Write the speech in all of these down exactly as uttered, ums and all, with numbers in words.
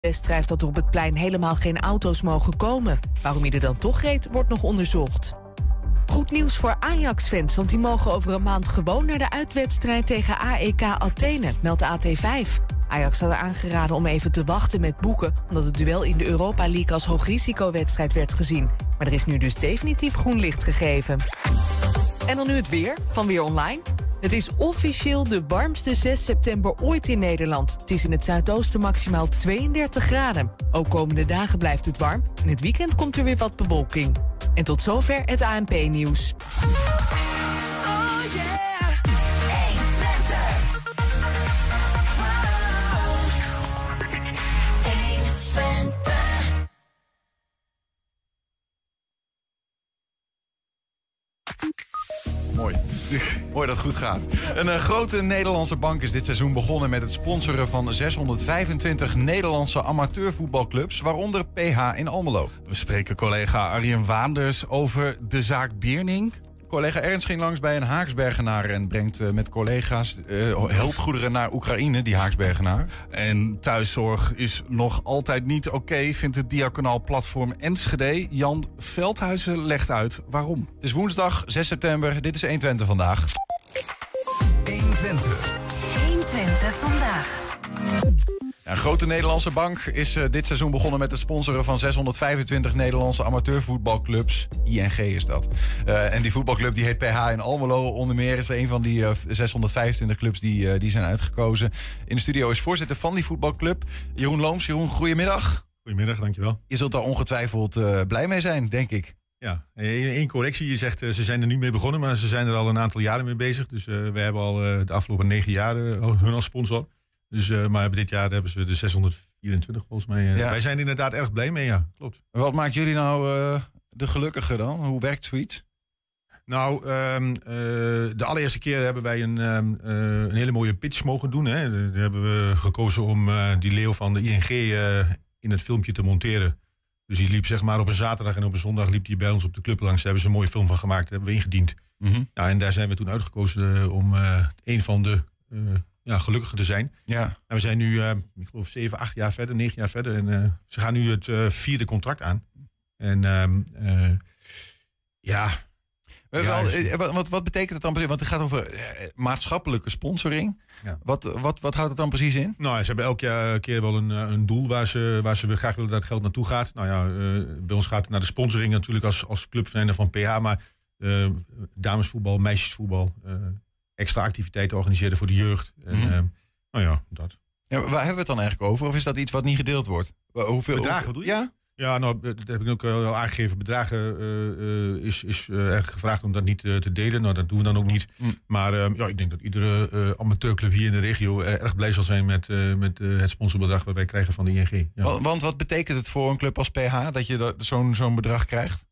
West schrijft dat er op het plein helemaal geen auto's mogen komen. Waarom hij er dan toch reed, wordt nog onderzocht. Goed nieuws voor Ajax-fans, want die mogen over een maand gewoon naar de uitwedstrijd tegen A E K Athene, meldt A T vijf. Ajax had aangeraden om even te wachten met boeken, omdat het duel in de Europa League als hoogrisicowedstrijd werd gezien. Maar er is nu dus definitief groen licht gegeven. En dan nu het weer, van Weer Online. Het is officieel de warmste zes september ooit in Nederland. Het is in het zuidoosten maximaal tweeëndertig graden. Ook komende dagen blijft het warm. In het weekend komt er weer wat bewolking. En tot zover het A N P-nieuws. Mooi. Mooi dat het goed gaat. Een uh, grote Nederlandse bank is dit seizoen begonnen met het sponsoren van zeshonderdvijfentwintig Nederlandse amateurvoetbalclubs, waaronder P H in Almelo. We spreken collega Arjen Waanders over de zaak Bierning. Collega Ernst ging langs bij een Haaksbergenaar en brengt uh, met collega's uh, hulpgoederen naar Oekraïne, die Haaksbergenaar. En thuiszorg is nog altijd niet oké, okay, vindt het diaconaal platform Enschede. Jan Veldhuizen legt uit waarom. Het is woensdag zes september, dit is honderdtwintig vandaag. honderdtwintig. honderdtwintig vandaag. Een grote Nederlandse bank is uh, dit seizoen begonnen met het sponsoren van zeshonderdvijfentwintig Nederlandse amateurvoetbalclubs. I N G is dat. Uh, en die voetbalclub die heet P H in Almelo. Onder meer is een van die uh, zeshonderdvijfentwintig clubs die, uh, die zijn uitgekozen. In de studio is voorzitter van die voetbalclub Jeroen Looms. Jeroen, goedemiddag. Goedemiddag, dankjewel. Je zult daar ongetwijfeld uh, blij mee zijn, denk ik. Ja, één correctie. Je zegt uh, ze zijn er niet mee begonnen, maar ze zijn er al een aantal jaren mee bezig. Dus uh, we hebben al uh, de afgelopen negen jaar uh, hun als sponsor. Dus, uh, maar dit jaar hebben ze de zeshonderdvierentwintig volgens mij. Uh, ja. Wij zijn er inderdaad erg blij mee, ja. Klopt. Wat maakt jullie nou uh, de gelukkige dan? Hoe werkt zoiets? Nou, um, uh, de allereerste keer hebben wij een, um, uh, een hele mooie pitch mogen doen. Hè. Daar hebben we gekozen om uh, die leeuw van de I N G uh, in het filmpje te monteren. Dus die liep zeg maar op een zaterdag en op een zondag liep hij bij ons op de club langs. Daar hebben ze een mooie film van gemaakt, hebben we ingediend. Mm-hmm. Nou, en daar zijn we toen uitgekozen uh, om uh, een van de... Uh, Ja, gelukkiger te zijn. Ja. En we zijn nu, uh, ik geloof, zeven, acht jaar verder, negen jaar verder. En uh, ze gaan nu het uh, vierde contract aan. En um, uh, ja... ja wel, is... wat, wat betekent het dan precies? Want het gaat over uh, maatschappelijke sponsoring. Ja. Wat, wat, wat houdt het dan precies in? Nou, ze hebben elke jaar, keer wel een, een doel waar ze, waar ze graag willen dat het geld naartoe gaat. Nou ja, uh, bij ons gaat het naar de sponsoring natuurlijk als, als clubtrainer van P H. Maar uh, damesvoetbal, meisjesvoetbal... Uh, extra activiteiten organiseren voor de jeugd. En, mm-hmm. uh, nou ja, dat. Ja, waar hebben we het dan eigenlijk over? Of is dat iets wat niet gedeeld wordt? Hoeveel bedragen bedoel je? Ja, ja nou, dat heb ik ook al aangegeven. Bedragen uh, uh, is, is uh, erg gevraagd om dat niet uh, te delen. Nou, dat doen we dan ook niet. Mm. Maar uh, ja, ik denk dat iedere uh, amateurclub hier in de regio uh, erg blij zal zijn met, uh, met uh, het sponsorbedrag dat wij krijgen van de I N G. Ja. Want, want wat betekent het voor een club als P H dat je dat, zo'n, zo'n bedrag krijgt?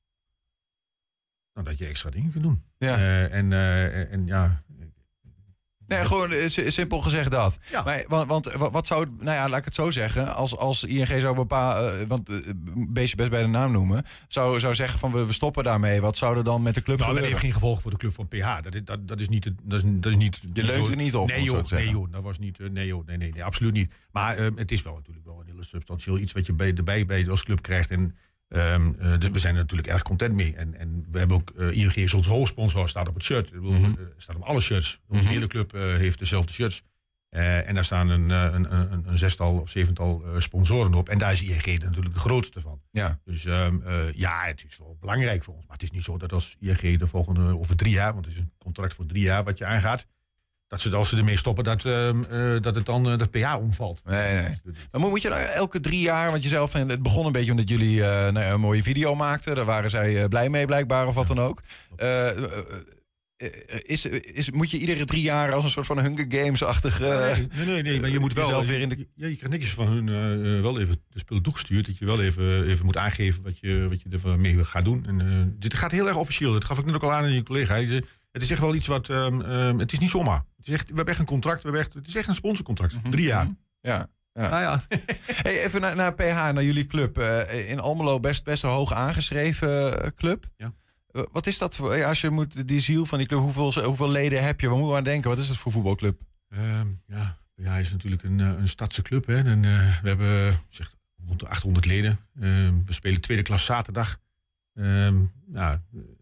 Nou, dat je extra dingen kunt doen. Ja. Uh, en, uh, en ja... Nee, gewoon simpel gezegd dat. Ja. Maar, want, want wat zou, nou ja, laat ik het zo zeggen. Als, als I N G zou bepalen, uh, want uh, beestje best bij de naam noemen, zou, zou zeggen van we, we stoppen daarmee. Wat zou er dan met de club nou, gebeuren? Dat heeft geen gevolgen voor de club van P H. Dat is, dat, dat is niet. Dat is, dat is niet Je leunt er niet op. Nee joh, nee joh, dat was niet. Uh, nee joh, nee, nee, nee, absoluut niet. Maar uh, het is wel natuurlijk wel een hele substantieel iets wat je bij, erbij bij als club krijgt. En Um, uh, de, we zijn er natuurlijk erg content mee. En, en we hebben ook, uh, I N G is onze hoofdsponsor, staat op het shirt. Mm-hmm. Uh, staat op alle shirts. Onze mm-hmm. hele club uh, heeft dezelfde shirts. Uh, en daar staan een, een, een, een zestal of zevental uh, sponsoren op. En daar is I N G natuurlijk de grootste van. Ja. Dus um, uh, ja, het is wel belangrijk voor ons. Maar het is niet zo dat als I N G de volgende, over drie jaar, want het is een contract voor drie jaar wat je aangaat, dat ze als ze ermee stoppen, dat, uh, uh, dat het dan uh, dat P H omvalt. Nee, nee. Maar moet je nou elke drie jaar, want je zelf, het begon een beetje omdat jullie uh, nou, een mooie video maakten. Daar waren zij uh, blij mee blijkbaar of wat ja. dan ook. Uh, uh, is, is, moet je iedere drie jaar als een soort van Hunger Games-achtige... Uh, nee, nee, nee, maar je moet wel... weer in de... Ja, je krijgt netjes van hun uh, wel even de spullen toegestuurd. Dat je wel even, even moet aangeven wat je, wat je ermee gaat doen. En, uh, dit gaat heel erg officieel. Dat gaf ik net ook al aan aan je collega. Hij zei, het is echt wel iets wat... Um, um, het is niet zomaar. Het is echt, we hebben echt een contract. We hebben echt, het is echt een sponsorcontract. Mm-hmm. Drie jaar. Ja. Ja. Nou ja. Hey, even naar, naar P H, naar jullie club. Uh, in Almelo best, best een hoog aangeschreven uh, club. Ja. Uh, wat is dat voor, als je moet, die ziel van die club, hoeveel, hoeveel leden heb je? Waar moeten we aan denken? Wat is dat voor voetbalclub? Um, ja, ja, het is natuurlijk een, een stadse club. Hè. En, uh, we hebben zeg, rond de achthonderd leden. Uh, we spelen tweede klas zaterdag. Uh, nou,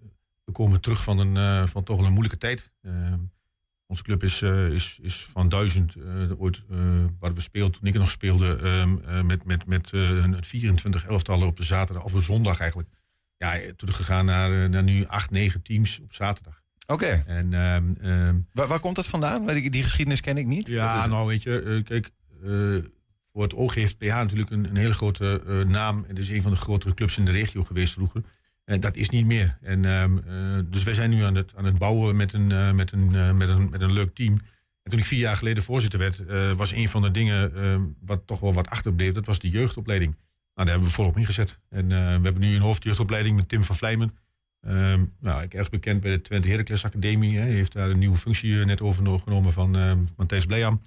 we komen terug van, een, uh, van toch wel een moeilijke tijd. Uh, onze club is, uh, is, is van duizend uh, ooit uh, waar we speelden, toen ik er nog speelde, um, uh, met, met, met uh, vierentwintig elftallen op de zaterdag, of op de zondag eigenlijk. Ja, teruggegaan naar, naar nu acht, negen teams op zaterdag. Oké. Okay. En um, um, waar, waar komt dat vandaan? Die geschiedenis ken ik niet. Ja, nou weet je, uh, kijk, uh, voor het oog heeft P H natuurlijk een, een hele grote uh, naam. En het is een van de grotere clubs in de regio geweest vroeger. En dat is niet meer. En, um, uh, dus wij zijn nu aan het, aan het bouwen met een, uh, met, een, uh, met, een, met een leuk team. En toen ik vier jaar geleden voorzitter werd, uh, was een van de dingen uh, wat toch wel wat achterbleef. Dat was de jeugdopleiding. Nou, daar hebben we volop ingezet. En uh, we hebben nu een hoofdjeugdopleiding met Tim van Vlijmen. Um, nou, ik erg bekend bij de Twente Heracles Academie. Hij heeft daar een nieuwe functie uh, net overgenomen van uh, Matthijs Blijham.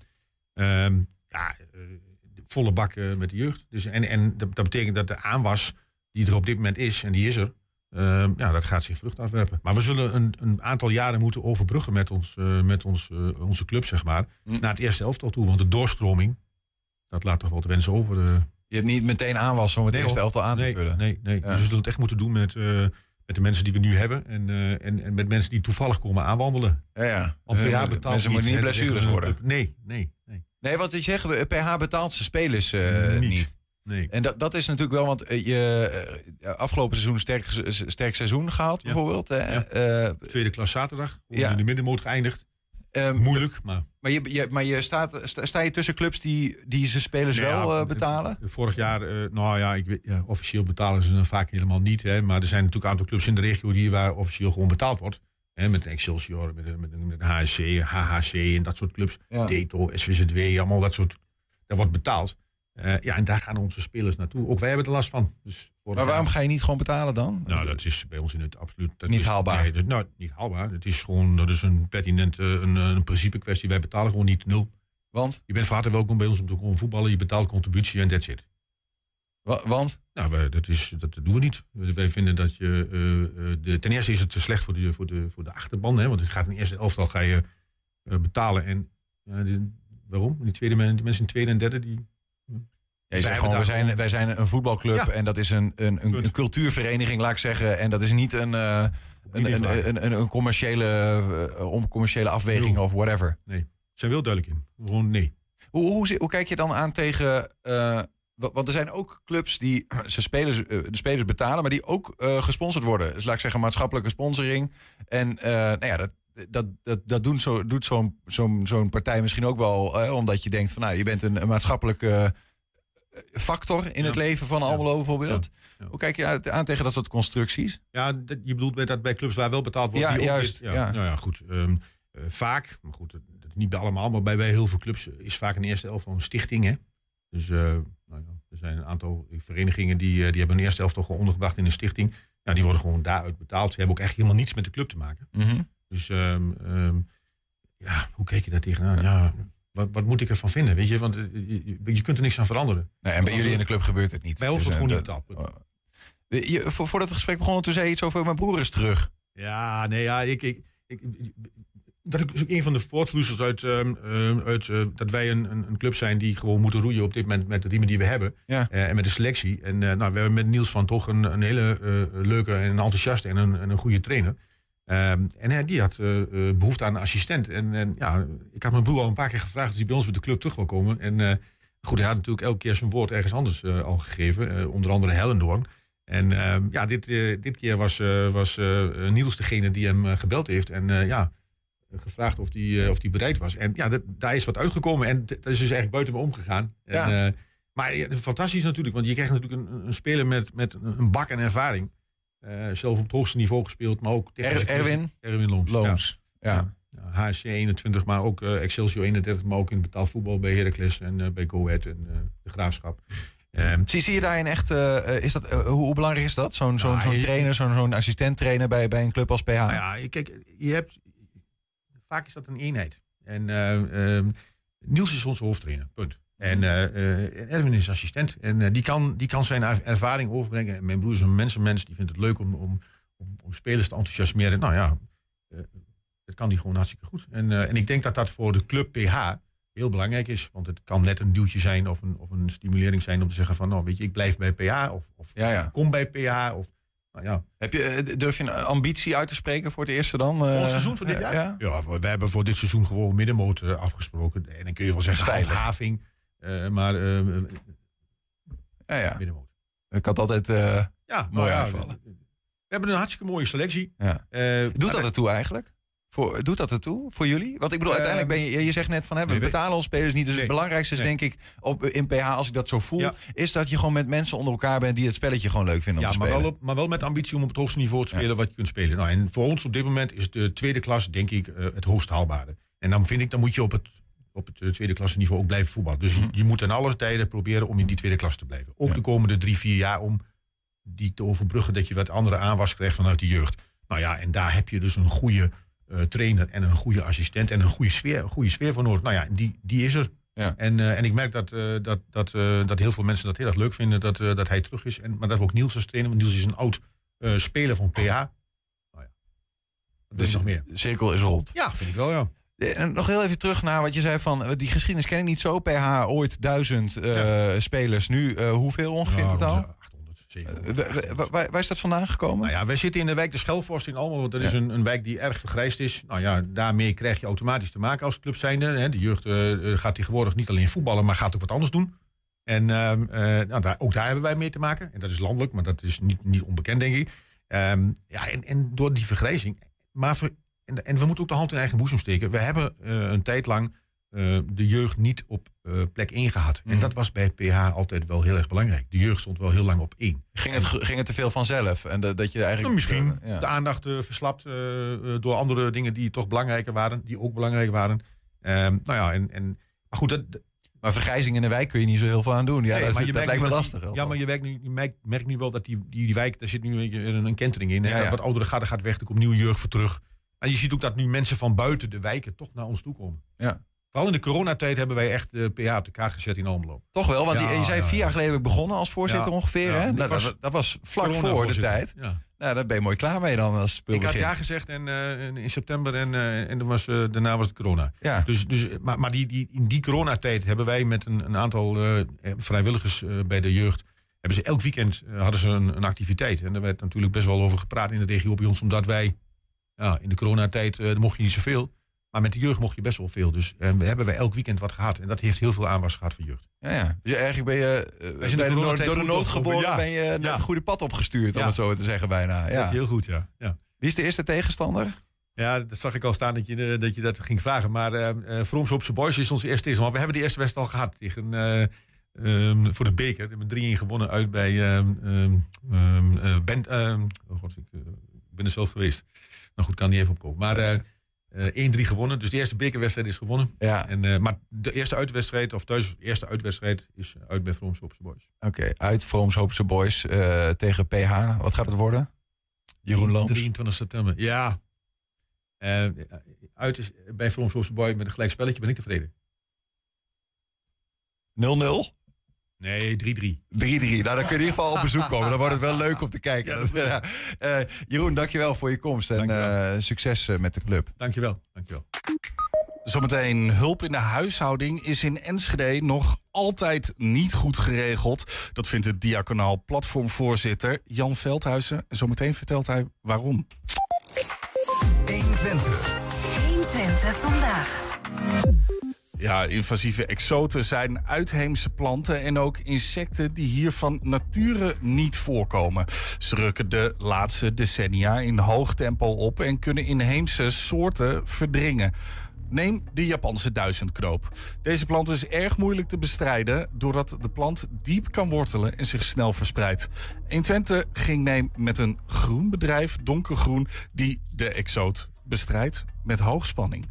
Um, ja, uh, volle bak uh, met de jeugd. Dus, en en dat, dat betekent dat de aanwas die er op dit moment is, en die is er, uh, ja, dat gaat zich vrucht afwerpen. Maar we zullen een, een aantal jaren moeten overbruggen met, ons, uh, met ons, uh, onze club, zeg maar, hm. naar het eerste elftal toe. Want de doorstroming, dat laat toch wel de wensen over. Uh, Je hebt niet meteen aanwas om het nee, eerste elftal aan nee, te vullen. Nee, nee. Ja. We zullen het echt moeten doen met, uh, met de mensen die we nu hebben. En, uh, en, en met mensen die toevallig komen aanwandelen. Ja, ja. Want P H betaalt mensen moeten niet blessures worden. Nee, nee, nee. Nee, wat je zegt, P H betaalt zijn spelers uh, niet. niet. Nee. En dat, dat is natuurlijk wel, want je uh, afgelopen seizoen een sterk, sterk seizoen gehad, ja. bijvoorbeeld. Ja. Uh, Tweede klas zaterdag, ja. in de middenmoot geëindigd. Um, Moeilijk, maar... Maar je, je, maar je staat, sta, sta je tussen clubs die, die zijn spelers nee, wel ja, uh, betalen? Vorig jaar, uh, nou ja, ik weet, ja, officieel betalen ze vaak helemaal niet. Hè, maar er zijn natuurlijk een aantal clubs in de regio die waar officieel gewoon betaald wordt. Hè, met Excelsior, met, met, met H S C, H H C en dat soort clubs. Ja. Deto, S V Z W, allemaal dat soort. Daar wordt betaald. Uh, ja, en daar gaan onze spelers naartoe. Ook wij hebben er last van. Dus maar waarom ga je niet gewoon betalen dan? Nou, dat is bij ons in het absoluut... Dat niet is, haalbaar? Nee, dat, nou, niet haalbaar. Het is gewoon, dat is een pertinent, een, een principe kwestie. Wij betalen gewoon niet nul. Want? Je bent van harte welkom bij ons om te gewoon voetballen. Je betaalt contributie en that's it. Wa- want? Nou, wij, dat, is, dat doen we niet. Wij vinden dat je... Uh, de, ten eerste is het te slecht voor de, voor de, voor de achterban. Hè, want het gaat in de eerste elftal ga je uh, betalen. En uh, die, waarom? Die, tweede, die mensen in de tweede en derde... die Ja, je zegt gewoon, wij zijn, wij zijn een voetbalclub ja. en dat is een, een, een, een cultuurvereniging, laat ik zeggen. En dat is niet een, uh, een, een, een, een, een commerciële, uh, commerciële afweging of whatever. Nee, zijn wel duidelijk in. Gewoon nee. Hoe, hoe, hoe kijk je dan aan tegen... Uh, want er zijn ook clubs die ze spelers, uh, de spelers betalen, maar die ook uh, gesponsord worden. Dus laat ik zeggen, maatschappelijke sponsoring. En uh, nou ja, dat, dat, dat, dat doet, zo, doet zo'n, zo'n, zo'n partij misschien ook wel, uh, omdat je denkt van, nou, je bent een, een maatschappelijke... Uh, factor in ja. het leven van Almelo bijvoorbeeld. Ja. Ja. Hoe kijk je aan tegen dat soort constructies? Ja, dat, je bedoelt dat bij clubs waar wel betaald wordt. Ja, die juist. Dit, ja. Ja. Nou ja, goed. Um, uh, vaak, maar goed, dat, dat niet bij allemaal, maar bij, bij heel veel clubs is vaak een eerste elftal een stichting. Hè? Dus uh, nou ja, er zijn een aantal verenigingen die, uh, die hebben een eerste elftal gewoon ondergebracht in een stichting. Nou, die worden gewoon daaruit betaald. Ze hebben ook echt helemaal niets met de club te maken. Mm-hmm. Dus um, um, ja, hoe kijk je daar tegenaan? Ja. ja Wat, wat moet ik ervan vinden, weet je? Want uh, je, je kunt er niks aan veranderen. Nee, en bij jullie in de club gebeurt het niet. Bij ons wordt dus, gewoon niet betaald. Uh, je, voor, voordat het gesprek begon, toen zei je iets over mijn broer is terug. Ja, nee, ja, ik... ik, ik dat is ook een van de voortvloeisels uit, um, uit uh, dat wij een, een, een club zijn die gewoon moeten roeien op dit moment met de riemen die we hebben. Ja. Uh, en met de selectie. En uh, nou, we hebben met Niels van toch een, een hele uh, leuke en een enthousiaste en een, en een goede trainer. Um, en uh, die had uh, uh, behoefte aan een assistent. En, en ja, ik had mijn broer al een paar keer gevraagd of hij bij ons met de club terug wil komen. En uh, goed, hij had natuurlijk elke keer zijn woord ergens anders uh, al gegeven. Uh, onder andere Hellendoorn. En uh, ja, dit, uh, dit keer was, uh, was uh, Niels degene die hem uh, gebeld heeft. En uh, ja, gevraagd of hij uh, of die bereid was. En ja, dat, daar is wat uitgekomen. En dat is dus eigenlijk buiten me omgegaan. Ja. En, uh, maar ja, fantastisch natuurlijk. Want je krijgt natuurlijk een, een speler met, met een bak en ervaring. Uh, zelf op het hoogste niveau gespeeld, maar ook... Er, Erwin? Erwin Looms. Looms. Ja. Ja. Ja. H S C eenentwintig, maar ook uh, Excelsior eenendertig, maar ook in betaald voetbal bij Heracles en uh, bij Go Ahead en uh, de Graafschap. Um, zie, zie je daarin echt, uh, is dat, uh, hoe, hoe belangrijk is dat? Zo'n, zo'n, zo'n trainer, zo'n, zo'n assistent trainer bij, bij een club als P H? Nou ja, kijk, je hebt... Vaak is dat een eenheid. En uh, uh, Niels is onze hoofdtrainer, punt. En uh, uh, Erwin is assistent. En uh, die, kan, die kan zijn ervaring overbrengen. En mijn broer is een mensenmens. Die vindt het leuk om, om, om, om spelers te enthousiasmeren. Nou ja, uh, dat kan die gewoon hartstikke goed. En, uh, en ik denk dat dat voor de club P H heel belangrijk is. Want het kan net een duwtje zijn of een, of een stimulering zijn om te zeggen van, nou weet je, ik blijf bij P H of, of Ja, ja. kom bij P H. Of, nou ja. Heb je, durf je een ambitie uit te spreken voor het eerste dan? Uh, Ons seizoen van dit jaar? Ja? Ja, we hebben voor dit seizoen gewoon middenmoot uh, afgesproken. En dan kun je wel zeggen Veilig. handhaving. Uh, maar uh, Ja, ja. middenmoot. Ik had altijd uh, Ja, nou mooi ja, uitvallen. we, we hebben een hartstikke mooie selectie. Ja. Uh, Doet dat ertoe eigenlijk? Voor, doet dat ertoe voor jullie? Want ik bedoel, Uh, uiteindelijk ben je, je zegt net van, hè, we nee, betalen ons spelers niet. Dus nee, het belangrijkste is nee. denk ik, op, in P H, als ik dat zo voel, Ja. is dat je gewoon met mensen onder elkaar bent die het spelletje gewoon leuk vinden om Ja, te maar spelen. wel, op, maar wel met ambitie om op het hoogste niveau te spelen Ja. wat je kunt spelen. Nou, en voor ons op dit moment is de tweede klas, denk ik, uh, het hoogst haalbare. En dan vind ik, dan moet je op het, op het uh, tweede klasse niveau ook blijven voetballen. Dus Mhm. je, je moet aan alle tijden proberen om in die tweede klas te blijven. Ook Ja. de komende drie, vier jaar om die te overbruggen dat je wat andere aanwas krijgt vanuit de jeugd. Nou ja, en daar heb je dus een goede uh, trainer en een goede assistent en een goede sfeer, een goede sfeer voor nodig. Nou ja, die, die is er. Ja. En, uh, en ik merk dat, uh, dat, dat, uh, dat heel veel mensen dat heel erg leuk vinden dat, uh, dat hij terug is. En, maar dat we ook Niels als trainer, want Niels is een oud uh, speler van P H. Nou ja. Dat is nog meer. De cirkel is rond. Ja, vind ik wel, ja. En nog heel even terug naar wat je zei van, uh, die geschiedenis ken ik niet zo. P H ooit duizend uh, Ja. spelers. Nu uh, hoeveel ongeveer in Nou, totaal? achthonderd, Uh, zevenhonderd. w- w- w- waar, waar is dat vandaan gekomen? Nou ja, wij zitten in de wijk de Schelvorst in Almelo. Dat is Ja. een, een wijk die erg vergrijsd is. Nou ja, daarmee krijg je automatisch te maken als club zijnde. Hè. De jeugd uh, gaat tegenwoordig niet alleen voetballen, maar gaat ook wat anders doen. En uh, uh, nou, daar, ook daar hebben wij mee te maken. En dat is landelijk, maar dat is niet, niet onbekend, denk ik. Um, ja, en, en door die vergrijzing. Maar ver, en, en we moeten ook de hand in eigen boezem steken. We hebben uh, een tijd lang uh, de jeugd niet op uh, plek één gehad. Mm. En dat was bij P H altijd wel heel erg belangrijk. De jeugd stond wel heel lang op één. Ging het, ging het te veel vanzelf? En de, dat je eigenlijk, Nou, misschien uh, ja. de aandacht uh, verslapt uh, door andere dingen die toch belangrijker waren. Die ook belangrijk waren. Um, nou ja, en, en, maar goed, dat, Maar vergrijzing in de wijk kun je niet zo heel veel aan doen. Ja, nee, dat, maar je dat merkt lijkt me nu lastig. dat die- ja, maar je, werkt nu, je merkt, merkt nu wel dat die, die, die wijk, daar zit nu een, een kentering in. Hè? Ja, ja. Wat oudere garde gaat weg, er komt nieuwe jeugd voor terug. En je ziet ook dat nu mensen van buiten de wijken toch naar ons toe komen. Ja. Vooral in de coronatijd hebben wij echt de P H op de kaart gezet in Almelo. Toch wel, want Ja, je, je zei ja, vier ja. jaar geleden heb ik begonnen als voorzitter Ja, ongeveer. ja. Hè? Ik Nou, was dat, dat was vlak voor de Corona-voorzitter. tijd. Ja. Nou, daar ben je mooi klaar mee dan als spul Ik had begint. ja gezegd en, uh, in september en, uh, en dan was, uh, daarna was het corona. Ja. Dus, dus, maar maar die, die, in die coronatijd hebben wij met een, een aantal uh, vrijwilligers uh, bij de jeugd, hebben ze elk weekend uh, hadden ze een, een activiteit. En daar werd natuurlijk best wel over gepraat in de regio bij ons, omdat wij ja, in de coronatijd uh, mocht je niet zoveel. Maar met de jeugd mocht je best wel veel. Dus uh, hebben wij elk weekend wat gehad. En dat heeft heel veel aanwas gehad voor jeugd. Ja, ja. Dus eigenlijk ben je uh, zijn bij de de nood, coronatijd door de goed nood doorgekomen, geboren, ja. ben je net Ja. het goede pad opgestuurd, om Ja. het zo te zeggen bijna. Ja. Heel goed, ja. ja. Wie is de eerste tegenstander? Ja, dat zag ik al staan dat je, uh, dat, je dat ging vragen. Maar uh, uh, Vroomshoopse Boys is onze eerste tegenstander. Maar we hebben die eerste wedstrijd al gehad tegen, uh, um, voor de beker. We hebben drie een gewonnen uit bij um, um, um, uh, ben, um, oh god, ik, uh, ik ben er zelf geweest. Nou goed, kan niet even opkomen. Maar uh, uh, één drie gewonnen. Dus de eerste bekerwedstrijd is gewonnen. Ja, En, uh, maar de eerste uitwedstrijd, of thuis, de eerste uitwedstrijd is uit bij Vroomshoopse Boys. oké. Okay. Uit Vroomshoopse Boys uh, tegen P H. Wat gaat het worden? Jeroen Looms? drieëntwintig september. Ja. Uh, uit is bij Vroomshoopse Boys met een gelijk spelletje ben ik tevreden. nul nul? Nee, drie drie. drie drie. Nou, dan kun je in ieder geval op bezoek komen. Dan wordt het wel leuk om te kijken. Ja, uh, Jeroen, dankjewel voor je komst. En uh, succes uh, met de club. Dankjewel. Dankjewel. Zometeen, hulp in de huishouding is in Enschede nog altijd niet goed geregeld. Dat vindt het diaconaal platformvoorzitter Jan Veldhuizen. En zometeen vertelt hij waarom. honderdtwintig. honderdtwintig vandaag. Ja, invasieve exoten zijn uitheemse planten en ook insecten die hier van nature niet voorkomen. Ze rukken de laatste decennia in hoog tempo op en kunnen inheemse soorten verdringen. Neem de Japanse duizendknoop. Deze plant is erg moeilijk te bestrijden doordat de plant diep kan wortelen en zich snel verspreidt. honderdtwintig ging mee met een groen bedrijf, donkergroen, die de exoot bestrijdt met hoogspanning.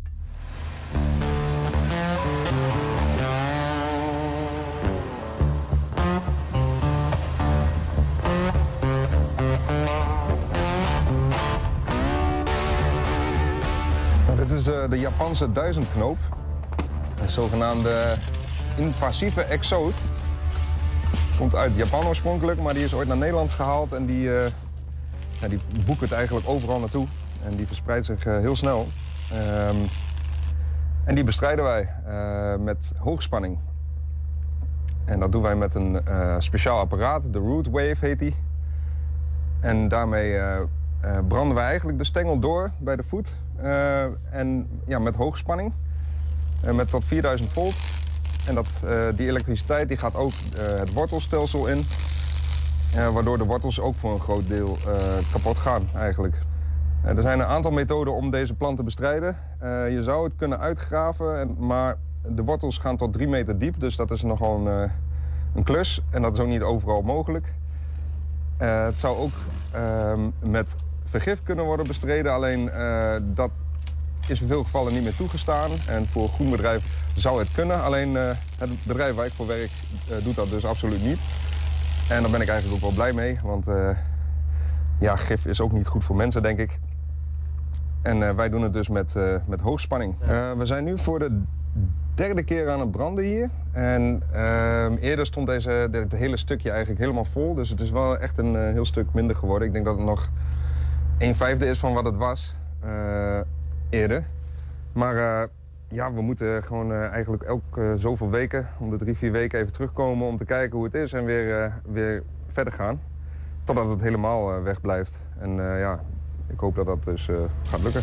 Dit is de, de Japanse duizendknoop. Een zogenaamde invasieve exoot. Komt uit Japan oorspronkelijk, maar die is ooit naar Nederland gehaald. En die, uh, ja, die boekt het eigenlijk overal naartoe. En die verspreidt zich uh, heel snel. Um, En die bestrijden wij uh, met hoogspanning. En dat doen wij met een uh, speciaal apparaat, de Root Wave heet die. En daarmee uh, uh, branden wij eigenlijk de stengel door bij de voet. Uh, en ja, met hoogspanning, uh, met tot vierduizend volt. En dat, uh, die elektriciteit die gaat ook uh, het wortelstelsel in. Uh, waardoor de wortels ook voor een groot deel uh, kapot gaan eigenlijk. Uh, er zijn een aantal methoden om deze plant te bestrijden. Uh, je zou het kunnen uitgraven, en, maar de wortels gaan tot drie meter diep. Dus dat is nogal een, uh, een klus en dat is ook niet overal mogelijk. Uh, het zou ook uh, met vergif kunnen worden bestreden. Alleen uh, dat is in veel gevallen niet meer toegestaan. En voor een groen bedrijf zou het kunnen. Alleen uh, het bedrijf waar ik voor werk uh, doet dat dus absoluut niet. En daar ben ik eigenlijk ook wel blij mee. Want uh, ja, gif is ook niet goed voor mensen, denk ik. En uh, wij doen het dus met, uh, met hoogspanning. Uh, we zijn nu voor de derde keer aan het branden hier. En uh, eerder stond deze, het hele stukje eigenlijk helemaal vol. Dus het is wel echt een uh, heel stuk minder geworden. Ik denk dat het nog een vijfde is van wat het was uh, eerder. Maar uh, ja, we moeten gewoon uh, eigenlijk elke uh, zoveel weken, om de drie, vier weken even terugkomen om te kijken hoe het is en weer, uh, weer verder gaan. Totdat het helemaal uh, weg blijft. En uh, ja, ik hoop dat dat dus uh, gaat lukken.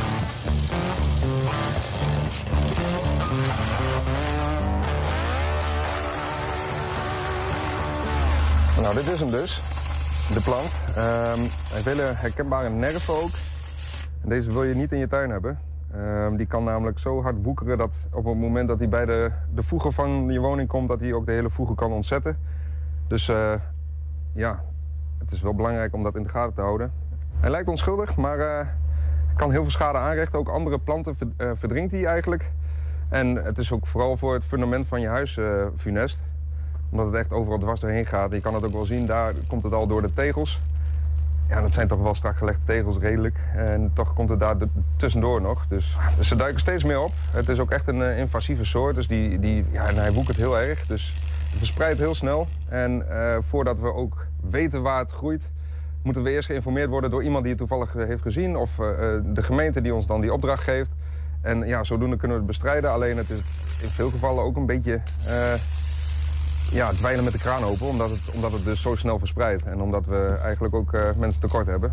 Nou, dit is hem dus, de plant. Um, hij heeft hele herkenbare nerven ook. En deze wil je niet in je tuin hebben. Um, die kan namelijk zo hard woekeren dat op het moment dat hij bij de, de voegen van je woning komt, dat hij ook de hele voegen kan ontzetten. Dus uh, ja, het is wel belangrijk om dat in de gaten te houden. Hij lijkt onschuldig, maar uh, kan heel veel schade aanrichten. Ook andere planten uh, verdrinkt hij eigenlijk. En het is ook vooral voor het fundament van je huis uh, funest. Omdat het echt overal dwars doorheen gaat. Je kan het ook wel zien, daar komt het al door de tegels. Ja, dat zijn toch wel strak gelegde tegels redelijk. En toch komt het daar tussendoor nog. Dus, dus ze duiken steeds meer op. Het is ook echt een uh, invasieve soort. Dus die, die, ja, en hij woekert heel erg. Dus het verspreidt heel snel. En uh, voordat we ook weten waar het groeit, moeten we eerst geïnformeerd worden door iemand die het toevallig heeft gezien. Of uh, de gemeente die ons dan die opdracht geeft. En ja, zodoende kunnen we het bestrijden. Alleen het is in veel gevallen ook een beetje Uh, Ja, dweilen met de kraan open, omdat het, omdat het dus zo snel verspreidt. En omdat we eigenlijk ook uh, mensen tekort hebben.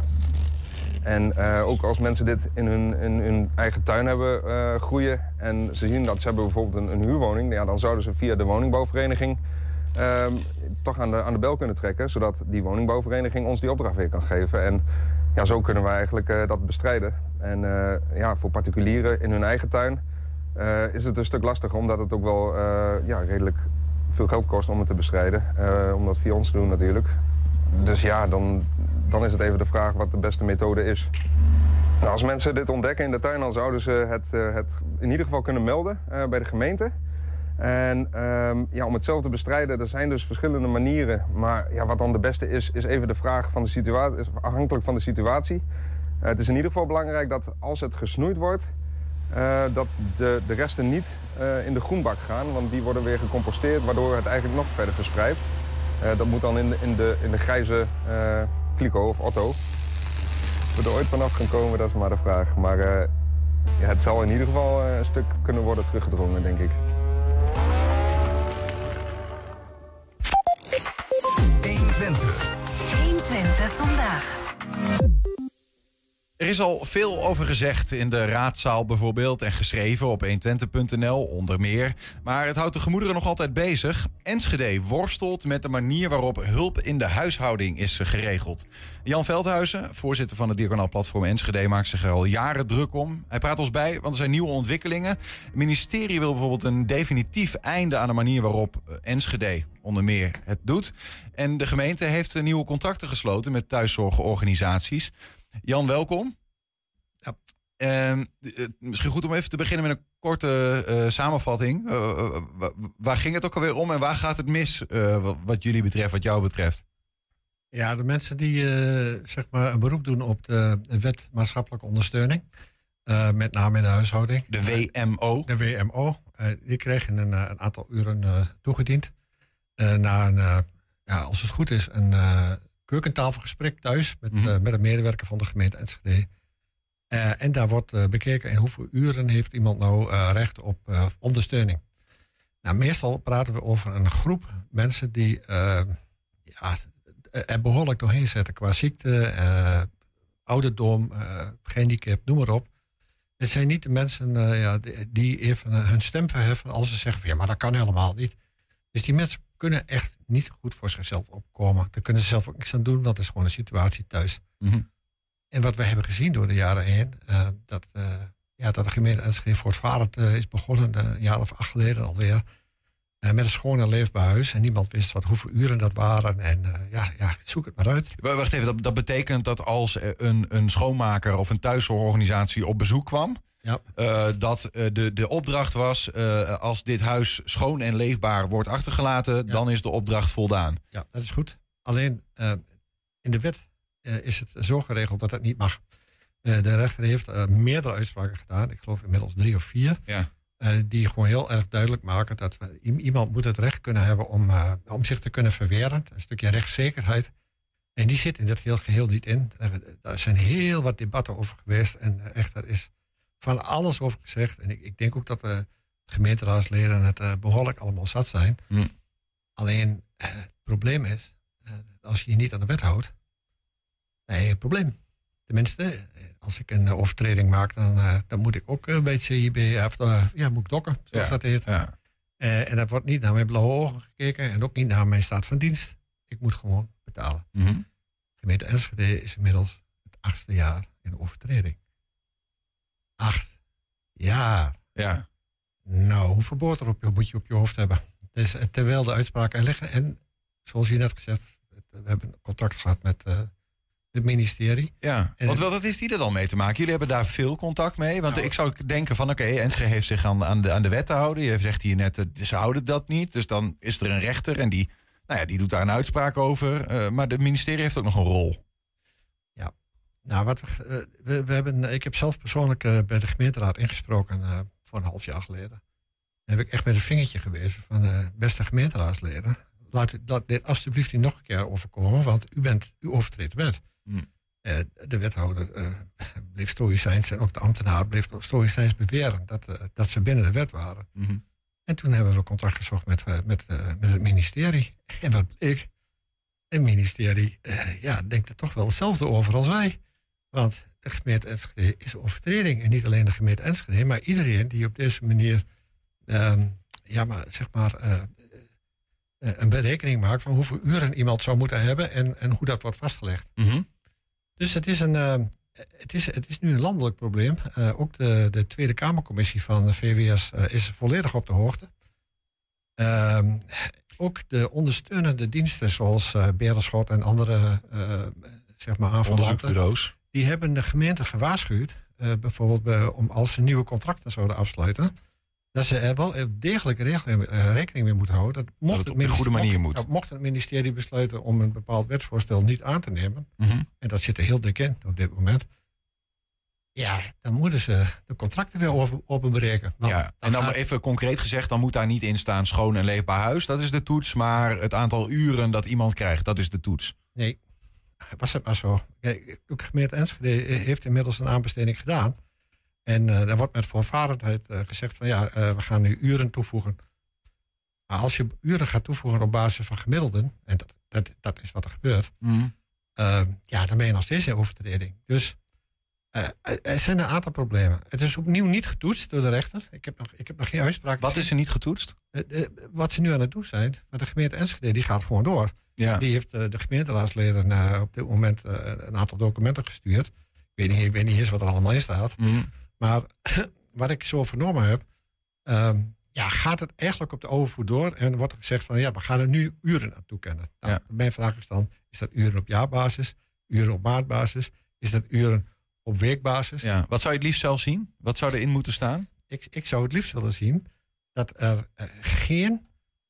En uh, ook als mensen dit in hun, in hun eigen tuin hebben uh, groeien en ze zien dat ze hebben bijvoorbeeld een, een huurwoning, ja, dan zouden ze via de woningbouwvereniging uh, toch aan de, aan de bel kunnen trekken, zodat die woningbouwvereniging ons die opdracht weer kan geven. En ja, zo kunnen we eigenlijk uh, dat bestrijden. En uh, ja, voor particulieren in hun eigen tuin uh, is het een stuk lastiger, omdat het ook wel uh, ja, redelijk veel geld kost om het te bestrijden. Uh, om dat via ons te doen natuurlijk. Dus ja, dan, dan is het even de vraag wat de beste methode is. Nou, als mensen dit ontdekken in de tuin, dan zouden ze het, uh, het in ieder geval kunnen melden uh, bij de gemeente. En um, ja, om het zelf te bestrijden, er zijn dus verschillende manieren. Maar ja, wat dan de beste is, is even de vraag van de situatie, is afhankelijk van de situatie. Uh, het is in ieder geval belangrijk dat als het gesnoeid wordt, Uh, dat de, de resten niet uh, in de groenbak gaan, want die worden weer gecomposteerd, waardoor het eigenlijk nog verder verspreidt. Uh, dat moet dan in de, in de, in de grijze uh, kliko of otto. Of we er ooit vanaf gaan komen, dat is maar de vraag. Maar uh, ja, het zal in ieder geval uh, een stuk kunnen worden teruggedrongen, denk ik. honderdtwintig. honderdtwintig vandaag. Er is al veel over gezegd in de raadzaal bijvoorbeeld en geschreven op honderdtwintig punt n l onder meer. Maar het houdt de gemoederen nog altijd bezig. Enschede worstelt met de manier waarop hulp in de huishouding is geregeld. Jan Veldhuizen, voorzitter van het Diaconaal Platform Enschede, maakt zich er al jaren druk om. Hij praat ons bij, want er zijn nieuwe ontwikkelingen. Het ministerie wil bijvoorbeeld een definitief einde aan de manier waarop Enschede onder meer het doet. En de gemeente heeft nieuwe contracten gesloten met thuiszorgorganisaties. Jan, welkom. Ja. Uh, misschien goed om even te beginnen met een korte uh, samenvatting. Uh, uh, waar ging het ook alweer om en waar gaat het mis uh, wat jullie betreft, wat jou betreft? Ja, de mensen die uh, zeg maar een beroep doen op de wet maatschappelijke ondersteuning, uh, met name in de huishouding. De W M O. De W M O. Uh, die kregen een, een aantal uren uh, toegediend. Uh, na een, uh, ja, als het goed is, een Uh, keukentafelgesprek thuis met, mm-hmm. uh, met een medewerker van de gemeente Enschede. Uh, en daar wordt uh, bekeken in hoeveel uren heeft iemand nou uh, recht op uh, ondersteuning. Nou, meestal praten we over een groep mensen die uh, ja, er behoorlijk doorheen zetten qua ziekte, uh, ouderdom, uh, gehandicap, noem maar op. Het zijn niet de mensen uh, ja, die, die even uh, hun stem verheffen als ze zeggen van ja, maar dat kan helemaal niet. Dus die mensen kunnen echt niet goed voor zichzelf opkomen. Daar kunnen ze zelf ook niks aan doen, want het is gewoon een situatie thuis. Mm-hmm. En wat we hebben gezien door de jaren heen, uh, dat, uh, ja, dat de gemeente Enschede voortvarend uh, is begonnen, uh, een jaar of acht geleden alweer, uh, met een schoon en leefbaar huis. En niemand wist wat, hoeveel uren dat waren. En uh, ja, ja, zoek het maar uit. Wacht even, dat, dat betekent dat als een, een schoonmaker of een thuiszorgorganisatie op bezoek kwam, ja. uh, dat uh, de, de opdracht was, uh, als dit huis schoon en leefbaar wordt achtergelaten, ja. dan is de opdracht voldaan. Ja, dat is goed. Alleen uh, in de wet Uh, is het zo geregeld dat het niet mag. Uh, de rechter heeft uh, meerdere uitspraken gedaan, ik geloof inmiddels drie of vier, ja. uh, die gewoon heel erg duidelijk maken dat we, iemand moet het recht kunnen hebben om, uh, om zich te kunnen verweren. Een stukje rechtszekerheid. En die zit in dit heel geheel niet in. Er, er zijn heel wat debatten over geweest en uh, echt, er is van alles over gezegd. En ik, ik denk ook dat de gemeenteraadsleden het uh, behoorlijk allemaal zat zijn. Hm. Alleen uh, het probleem is, uh, als je je niet aan de wet houdt, nee, een probleem. Tenminste, als ik een overtreding maak, dan, uh, dan moet ik ook uh, bij het C I B, of, uh, ja, moet ik dokken, zoals ja, dat heet. Ja. Uh, en dat wordt niet naar mijn blauwe ogen gekeken en ook niet naar mijn staat van dienst. Ik moet gewoon betalen. Mm-hmm. Gemeente Enschede is inmiddels het achtste jaar in overtreding. Acht jaar. Ja. Nou, hoeveel boter op je, moet je op je hoofd hebben? Dus, uh, terwijl de uitspraken er liggen. En zoals je net gezegd, we hebben contact gehad met Uh, het ministerie. Ja, en want wel, wat is die er dan mee te maken? Jullie hebben daar veel contact mee. Want nou, ik zou denken van, oké, okay, Enschede heeft zich aan, aan, de, aan de wet te houden. Je zegt hier net, ze houden dat niet. Dus dan is er een rechter en die, nou ja, die doet daar een uitspraak over. Uh, maar het ministerie heeft ook nog een rol. Ja, nou, wat we, uh, we, we hebben, ik heb zelf persoonlijk uh, bij de gemeenteraad ingesproken uh, voor een half jaar geleden. Dan heb ik echt met een vingertje gewezen van de beste gemeenteraadsleden. Laat, laat dit alsjeblieft niet nog een keer overkomen, want u, bent, u overtreedt de wet. Hmm. Uh, de wethouder uh, bleef stoïcijns en ook de ambtenaar bleef stoïcijns beweren dat, uh, dat ze binnen de wet waren. Mm-hmm. En toen hebben we contact gezocht met, uh, met, uh, met het ministerie. En wat bleek? Het ministerie uh, ja, denkt er toch wel hetzelfde over als wij. Want de gemeente Enschede is een overtreding. En niet alleen de gemeente Enschede, maar iedereen die op deze manier uh, ja, maar, zeg maar, uh, uh, een berekening maakt van hoeveel uren iemand zou moeten hebben en, en hoe dat wordt vastgelegd. Mm-hmm. Dus het is, een, uh, het, is, het is nu een landelijk probleem. Uh, ook de, de Tweede Kamercommissie van de V W S uh, is volledig op de hoogte. Uh, ook de ondersteunende diensten zoals uh, Berenschot en andere uh, zeg maar aanvallen, die hebben de gemeente gewaarschuwd, uh, bijvoorbeeld bij, om als ze nieuwe contracten zouden afsluiten, dat ze er wel degelijk rekening, uh, rekening mee moeten houden. Dat, mocht dat het op een goede manier mocht, moet. Mocht het ministerie besluiten om een bepaald wetsvoorstel niet aan te nemen, mm-hmm. en dat zit er heel dik in op dit moment, ja, dan moeten ze de contracten weer over, openbreken. Ja, en dan gaat... even concreet gezegd, dan moet daar niet in staan schoon en leefbaar huis. Dat is de toets, maar het aantal uren dat iemand krijgt, dat is de toets. Nee, was het maar zo. Kijk, de gemeente Enschede heeft inmiddels een aanbesteding gedaan. En uh, daar wordt met voorvarendheid uh, gezegd van ja, uh, we gaan nu uren toevoegen. Maar als je uren gaat toevoegen op basis van gemiddelden, en dat, dat, dat is wat er gebeurt, mm. uh, ja, dan ben je nog steeds in overtreding. Dus uh, er zijn een aantal problemen. Het is opnieuw niet getoetst door de rechter. Ik heb nog, ik heb nog geen uitspraak. Wat is er niet getoetst? Uh, uh, wat ze nu aan het doen zijn, maar de gemeente Enschede die gaat gewoon door. Ja. Die heeft uh, de gemeenteraadsleden uh, op dit moment uh, een aantal documenten gestuurd. Ik weet niet, ik weet niet eens wat er allemaal in staat. Mm. Maar wat ik zo vernomen heb, um, ja, gaat het eigenlijk op de overvoer door. En wordt er gezegd van ja, we gaan er nu uren aan toekennen. Nou, ja. Mijn vraag is dan, is dat uren op jaarbasis, uren op maandbasis? Is dat uren op weekbasis? Ja. Wat zou je het liefst zelf zien? Wat zou erin moeten staan? Ik, ik zou het liefst willen zien dat er uh, geen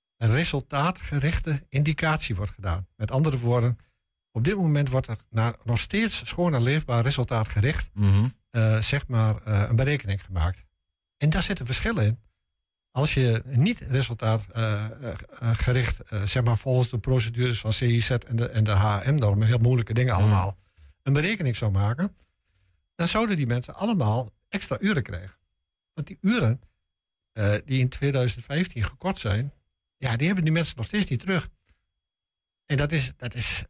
resultaatgerichte indicatie wordt gedaan. Met andere woorden, op dit moment wordt er naar nog steeds schoon en leefbaar resultaatgericht Mm-hmm. uh, zeg maar uh, een berekening gemaakt. En daar zitten verschillen in. Als je niet resultaatgericht, uh, uh, zeg maar volgens de procedures van C I Z en de, en de H M-normen, heel moeilijke dingen allemaal, mm. een berekening zou maken, dan zouden die mensen allemaal extra uren krijgen. Want die uren uh, die in tweeduizend vijftien gekort zijn, ja, die hebben die mensen nog steeds niet terug. En dat is, dat is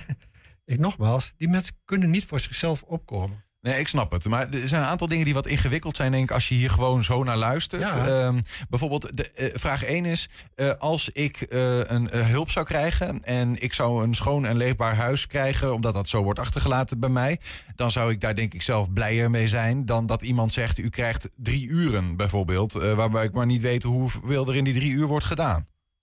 ik nogmaals, die mensen kunnen niet voor zichzelf opkomen. Nee, ik snap het. Maar er zijn een aantal dingen die wat ingewikkeld zijn, denk ik, als je hier gewoon zo naar luistert. Ja. Um, bijvoorbeeld, de, uh, vraag één is, uh, als ik uh, een uh, hulp zou krijgen en ik zou een schoon en leefbaar huis krijgen, omdat dat zo wordt achtergelaten bij mij, dan zou ik daar denk ik zelf blijer mee zijn dan dat iemand zegt, u krijgt drie uren bijvoorbeeld, uh, waarbij ik maar niet weet hoeveel er in die drie uur wordt gedaan.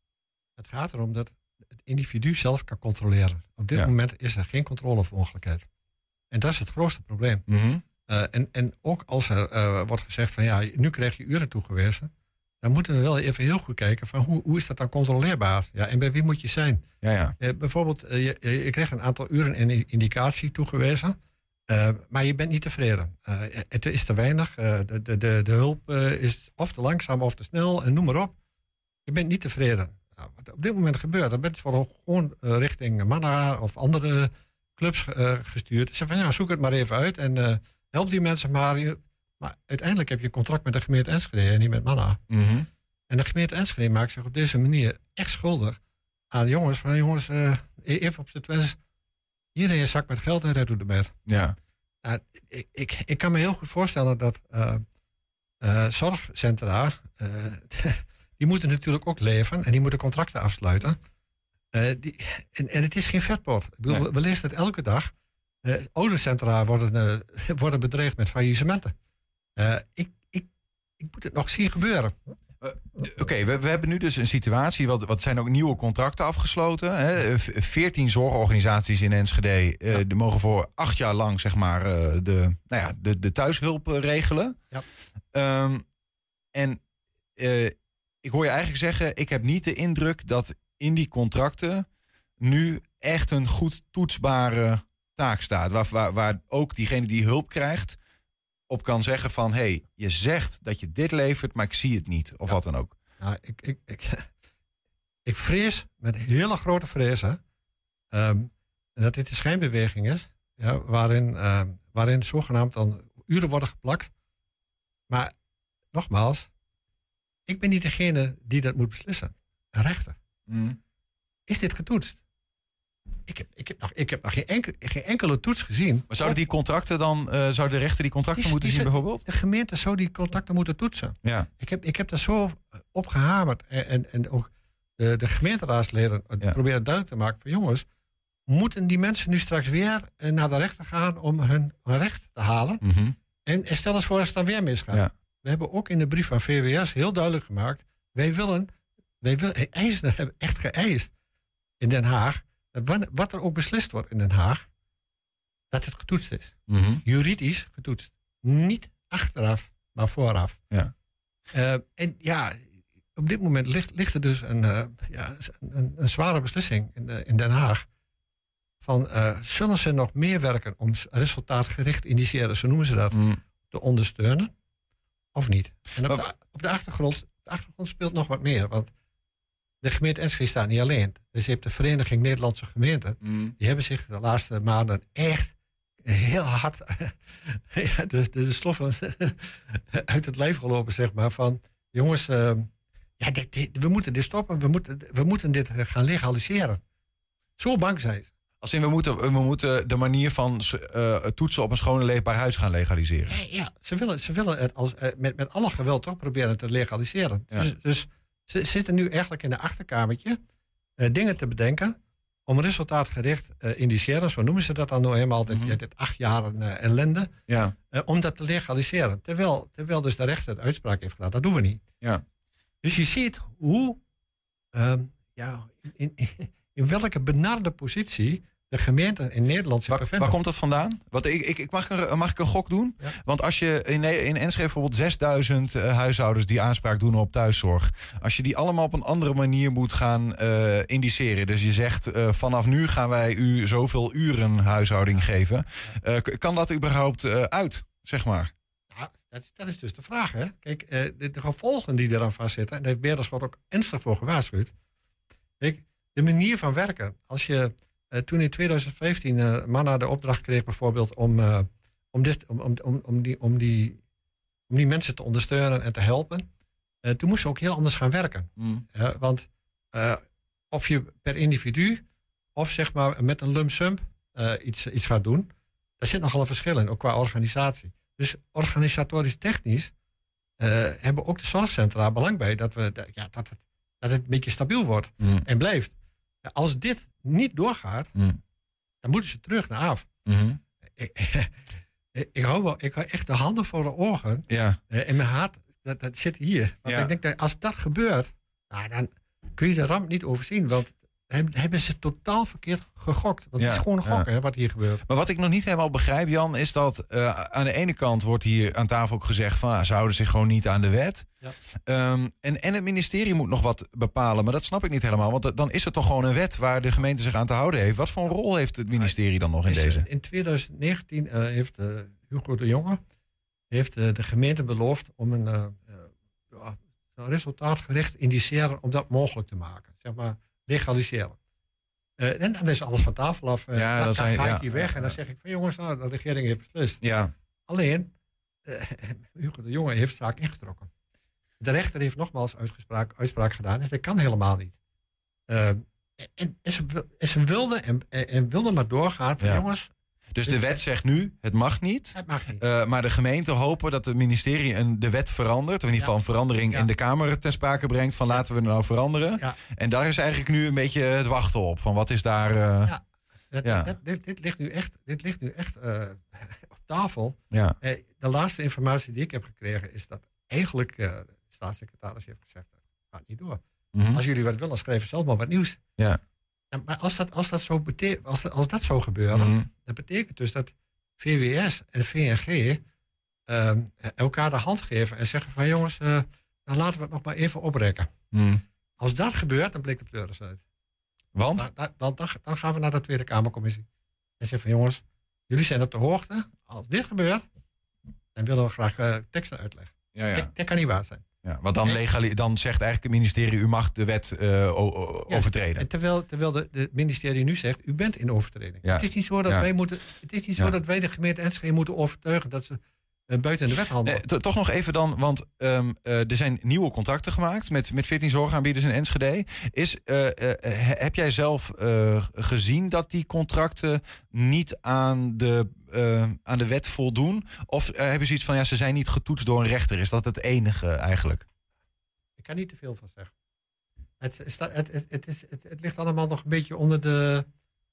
Het gaat erom dat het individu zelf kan controleren. Op dit ja. moment is er geen controlemogelijkheid. En dat is het grootste probleem. Mm-hmm. Uh, en, en ook als er uh, wordt gezegd van ja, nu krijg je uren toegewezen, dan moeten we wel even heel goed kijken van hoe, hoe is dat dan controleerbaar? Ja, en bij wie moet je zijn? Ja, ja. Uh, bijvoorbeeld, uh, je, je krijgt een aantal uren en indicatie toegewezen, uh, maar je bent niet tevreden. Uh, het is te weinig, uh, de, de, de, de hulp uh, is of te langzaam of te snel en noem maar op. Je bent niet tevreden. Nou, wat op dit moment gebeurt, dan bent je gewoon uh, richting Manna of andere clubs uh, gestuurd. Ze van ja, zoek het maar even uit en uh, help die mensen maar. Maar uiteindelijk heb je een contract met de gemeente Enschede en niet met Manna. Mm-hmm. En de gemeente Enschede maakt zich op deze manier echt schuldig aan jongens van jongens, uh, even op z'n twintig, iedereen een zak met geld en red doet de bed. Ja. Nou, ik, ik, ik kan me heel goed voorstellen dat uh, uh, zorgcentra, uh, die moeten natuurlijk ook leven en die moeten contracten afsluiten. Uh, die, en, en het is geen vetpot. Ik bedoel, nee. we, we lezen het elke dag. Uh, oudercentra worden, uh, worden bedreigd met faillissementen. Uh, ik, ik, ik moet het nog zien gebeuren. Uh, Oké, okay, we, we hebben nu dus een situatie, wat, wat zijn ook nieuwe contracten afgesloten. Hè? veertien zorgorganisaties in Enschede uh, ja. die mogen voor acht jaar lang zeg maar, uh, de, nou ja, de, de thuishulp uh, regelen. Ja. Um, en uh, ik hoor je eigenlijk zeggen, ik heb niet de indruk dat in die contracten nu echt een goed toetsbare taak staat. Waar, waar, waar ook diegene die hulp krijgt op kan zeggen van, hé, hey, je zegt dat je dit levert, maar ik zie het niet. Of ja. wat dan ook. Nou, ik, ik, ik, ik vrees met hele grote vrezen um, dat dit een schijnbeweging is, ja, waarin, uh, waarin zogenaamd dan uren worden geplakt. Maar nogmaals, ik ben niet degene die dat moet beslissen. Een rechter. Mm. Is dit getoetst? Ik heb, ik heb nog, ik heb nog geen, enkele, geen enkele toets gezien. Maar zouden die contracten dan, uh, zouden de rechter die contracten die, moeten die, zien bijvoorbeeld? De gemeente zou die contracten moeten toetsen. Ja. Ik heb, ik heb daar zo op gehamerd. En, en, en ook de, de gemeenteraadsleden ja. proberen duidelijk te maken van jongens, moeten die mensen nu straks weer naar de rechter gaan om hun recht te halen? Mm-hmm. En, en stel eens voor als het dan weer misgaat. Ja. We hebben ook in de brief van V W S heel duidelijk gemaakt, wij willen, wij willen eisen hebben echt geëist in Den Haag, dat wat er ook beslist wordt in Den Haag, dat het getoetst is. Mm-hmm. Juridisch getoetst. Niet achteraf, maar vooraf. Ja. Uh, en ja, op dit moment ligt, ligt er dus een, uh, ja, een, een zware beslissing in, uh, in Den Haag. Van, uh, zullen ze nog meer werken om resultaatgericht initiëren, zo noemen ze dat, mm. te ondersteunen? Of niet? En op, de, op de achtergrond, de achtergrond speelt nog wat meer, want de gemeente Enschede staat niet alleen. Dus je hebt de Vereniging Nederlandse Gemeenten. Mm. Die hebben zich de laatste maanden echt heel hard ja, de, de sloffen uit het lijf gelopen, zeg maar. Van jongens, uh, ja, dit, dit, we moeten dit stoppen. We moeten, we moeten dit gaan legaliseren. Zo bang zijn ze. Als in, we moeten, we moeten de manier van uh, toetsen op een schoon en leefbaar huis gaan legaliseren. Ja, ja. Ze willen, ze willen het als, uh, met, met alle geweld toch proberen te legaliseren. Ja. Dus, dus ze zitten nu eigenlijk in de achterkamertje uh, dingen te bedenken om resultaatgericht uh, indiceren, zo noemen ze dat dan nou helemaal, mm-hmm. dit, dit acht jaar uh, ellende, ja. uh, om dat te legaliseren. Terwijl, terwijl dus de rechter de uitspraak heeft gedaan, dat doen we niet. Ja. Dus je ziet hoe, uh, ja, in, in, in welke benarde positie de gemeente in Nederland zich bevindt. Waar komt dat vandaan? Want ik, ik, ik mag, er, mag ik een gok doen? Ja. Want als je in, in Enschede bijvoorbeeld zesduizend uh, huishoudens die aanspraak doen op thuiszorg, als je die allemaal op een andere manier moet gaan uh, indiceren. Dus je zegt uh, vanaf nu gaan wij u zoveel uren huishouding geven. Uh, kan dat überhaupt uh, uit, zeg maar? Ja, dat, is, dat is dus de vraag. Hè? Kijk, uh, de, de gevolgen die eraan vastzitten, en daar heeft Beerderschot ook ernstig voor gewaarschuwd. Kijk, de manier van werken. Als je Uh, toen in tweeduizend vijftien uh, Manna de opdracht kreeg bijvoorbeeld om, uh, om, dit, om, om, om, die, om, die, om die mensen te ondersteunen en te helpen. Uh, toen moesten we ook heel anders gaan werken. Mm. Uh, want uh, of je per individu of zeg maar met een lump sum uh, iets, iets gaat doen, daar zit nogal een verschil in, ook qua organisatie. Dus organisatorisch technisch uh, hebben ook de zorgcentra belang bij dat, we, dat, ja, dat, het, dat het een beetje stabiel wordt mm. en blijft. Ja, als dit niet doorgaat, mm. dan moeten ze terug naar af. Mm-hmm. ik, ik, hou wel, ik hou echt de handen voor de ogen. Ja. Uh, en mijn hart, dat, dat zit hier. Want ja. ik denk dat als dat gebeurt, nou, dan kun je de ramp niet overzien. Want hebben ze totaal verkeerd gegokt. Want ja, het is gewoon gokken, ja. hè, wat hier gebeurt. Maar wat ik nog niet helemaal begrijp, Jan, is dat uh, aan de ene kant wordt hier aan tafel ook gezegd van, uh, ze houden zich gewoon niet aan de wet. Ja. Um, en, en het ministerie moet nog wat bepalen, maar dat snap ik niet helemaal. Want dan is het toch gewoon een wet waar de gemeente zich aan te houden heeft. Wat voor een rol heeft het ministerie dan nog in is, deze? In twintig negentien uh, heeft uh, Hugo de Jonge heeft, uh, de gemeente beloofd om een, uh, uh, een resultaatgericht indiceren om dat mogelijk te maken. Zeg maar legaliseren. Uh, en dan is alles van tafel af. Uh, ja, dan dan ga ik ja, hier weg. Ja, en dan ja. zeg ik van jongens, nou, de regering heeft beslist. Ja. Alleen, uh, Hugo de Jonge heeft zaak ingetrokken. De rechter heeft nogmaals uitspraak, uitspraak gedaan. Dus dat kan helemaal niet. Uh, en, en, ze, en ze wilden en, en wilden maar doorgaan van ja. jongens. Dus de wet zegt nu, het mag niet. Het mag niet. Uh, maar de gemeenten hopen dat het ministerie een, de wet verandert. Of in ieder geval een verandering ja. in de Kamer ten sprake brengt. Van laten we het nou veranderen. Ja. En daar is eigenlijk nu een beetje het wachten op. Van wat is daar... Uh, ja, dat, ja. Dat, dit, dit ligt nu echt, dit ligt nu echt uh, op tafel. Ja. Uh, de laatste informatie die ik heb gekregen is dat eigenlijk uh, de staatssecretaris heeft gezegd, dat gaat niet door. Mm-hmm. Als jullie wat willen, schrijven zelf maar wat nieuws. Ja. Ja, maar als dat, als dat, zo, bete- als dat, als dat zo gebeurt, mm-hmm. dat betekent dus dat V W S en V N G uh, elkaar de hand geven en zeggen van jongens, uh, dan laten we het nog maar even oprekken. Mm. Als dat gebeurt, dan breekt de pleuris uit. Want? Da, da, dan, dan, dan gaan we naar de Tweede Kamercommissie. En zeggen van jongens, jullie zijn op de hoogte. Als dit gebeurt, dan willen we graag uh, teksten uitleggen. Ja, ja. Dat, dat kan niet waar zijn. Ja, want dan, legali- dan zegt eigenlijk het ministerie, u mag de wet uh, o- o- ja, overtreden. En terwijl terwijl de, de ministerie nu zegt, u bent in overtreding. Ja. Het is niet zo dat ja. wij moeten, het is niet zo ja. dat wij de gemeente Enschede moeten overtuigen dat ze uh, buiten de wet handelen. Nee, to- toch nog even dan, want um, uh, er zijn nieuwe contracten gemaakt met, met veertien zorgaanbieders in Enschede. Is, uh, uh, heb jij zelf uh, gezien dat die contracten niet aan de, uh, aan de wet voldoen? Of uh, hebben ze iets van, ja, ze zijn niet getoetst door een rechter? Is dat het enige eigenlijk? Ik kan niet te veel van zeggen. Het, het, het, het, is, het, het ligt allemaal nog een beetje onder de...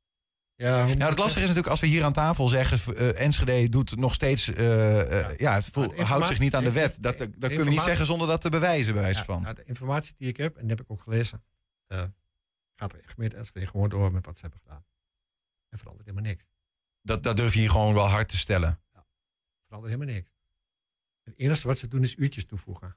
Ja, nou, het lastige is natuurlijk als we hier aan tafel zeggen, uh, Enschede doet nog steeds, uh, uh, ja. ja, het vo- houdt zich niet aan de wet. Dat, dat kunnen we niet zeggen zonder dat te bewijzen, bij wijze ja, van. Nou, de informatie die ik heb, en die heb ik ook gelezen, uh, gaat de gemeente Enschede gewoon door met wat ze hebben gedaan. En verandert helemaal niks. Dat, dat durf je hier gewoon wel hard te stellen. Ja, verandert helemaal niks. Het enige wat ze doen is uurtjes toevoegen.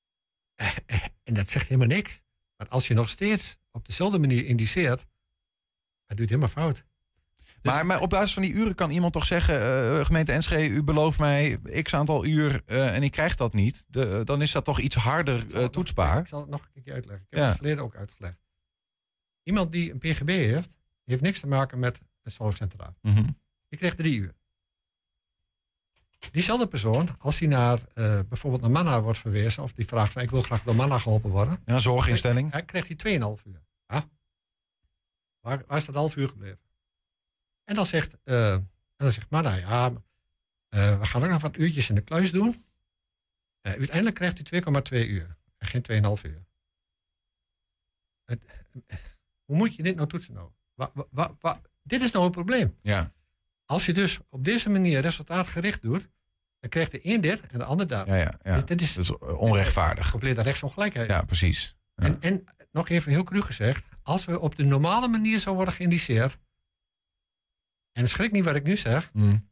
En dat zegt helemaal niks. Maar als je nog steeds op dezelfde manier indiceert, dat doet helemaal fout. Dus maar, maar op basis van die uren kan iemand toch zeggen, uh, gemeente Enschede, u belooft mij x aantal uur uh, en ik krijg dat niet. De, dan is dat toch iets harder uh, toetsbaar? Nog, ik zal het nog een keer uitleggen. Ik heb ja. het verleden ook uitgelegd. Iemand die een P G B heeft, heeft niks te maken met een zorgcentra. Mm-hmm. Die krijgt drie uur. Diezelfde persoon, als hij naar uh, bijvoorbeeld naar Manna wordt verwezen, of die vraagt van ik wil graag door Manna geholpen worden. Ja, zorginstelling. Dan krijgt hij twee komma vijf uur. Ah. Waar, waar is dat half uur gebleven? En dan zegt, uh, en dan zegt Manna, ja, uh, we gaan ook nog wat uurtjes in de kluis doen. Uh, uiteindelijk krijgt hij twee komma twee uur. En geen twee komma vijf uur. Het, hoe moet je dit nou toetsen nou? Wa, wa, wa, wa, dit is nou een probleem. Ja. Als je dus op deze manier resultaatgericht doet, dan krijgt de een dit en de ander dat. Ja, ja, ja. Dus dit is, dat is onrechtvaardig. Complete rechtsongelijkheid. Ja, precies. Ja. En, en nog even heel cru gezegd, als we op de normale manier zou worden geïndiceerd, en schrik niet wat ik nu zeg, mm.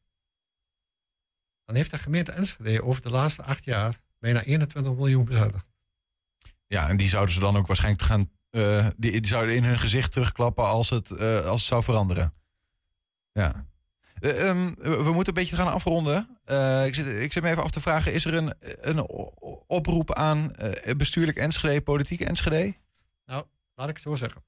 dan heeft de gemeente Enschede over de laatste acht jaar bijna eenentwintig miljoen bezuinigd. Ja, en die zouden ze dan ook waarschijnlijk gaan, uh, die, die zouden in hun gezicht terugklappen als het, uh, als het zou veranderen. Ja. Uh, um, we moeten een beetje gaan afronden. Uh, ik, zit, ik zit me even af te vragen, is er een, een oproep aan uh, bestuurlijk Enschede, politiek Enschede? Nou, laat ik het zo zeggen.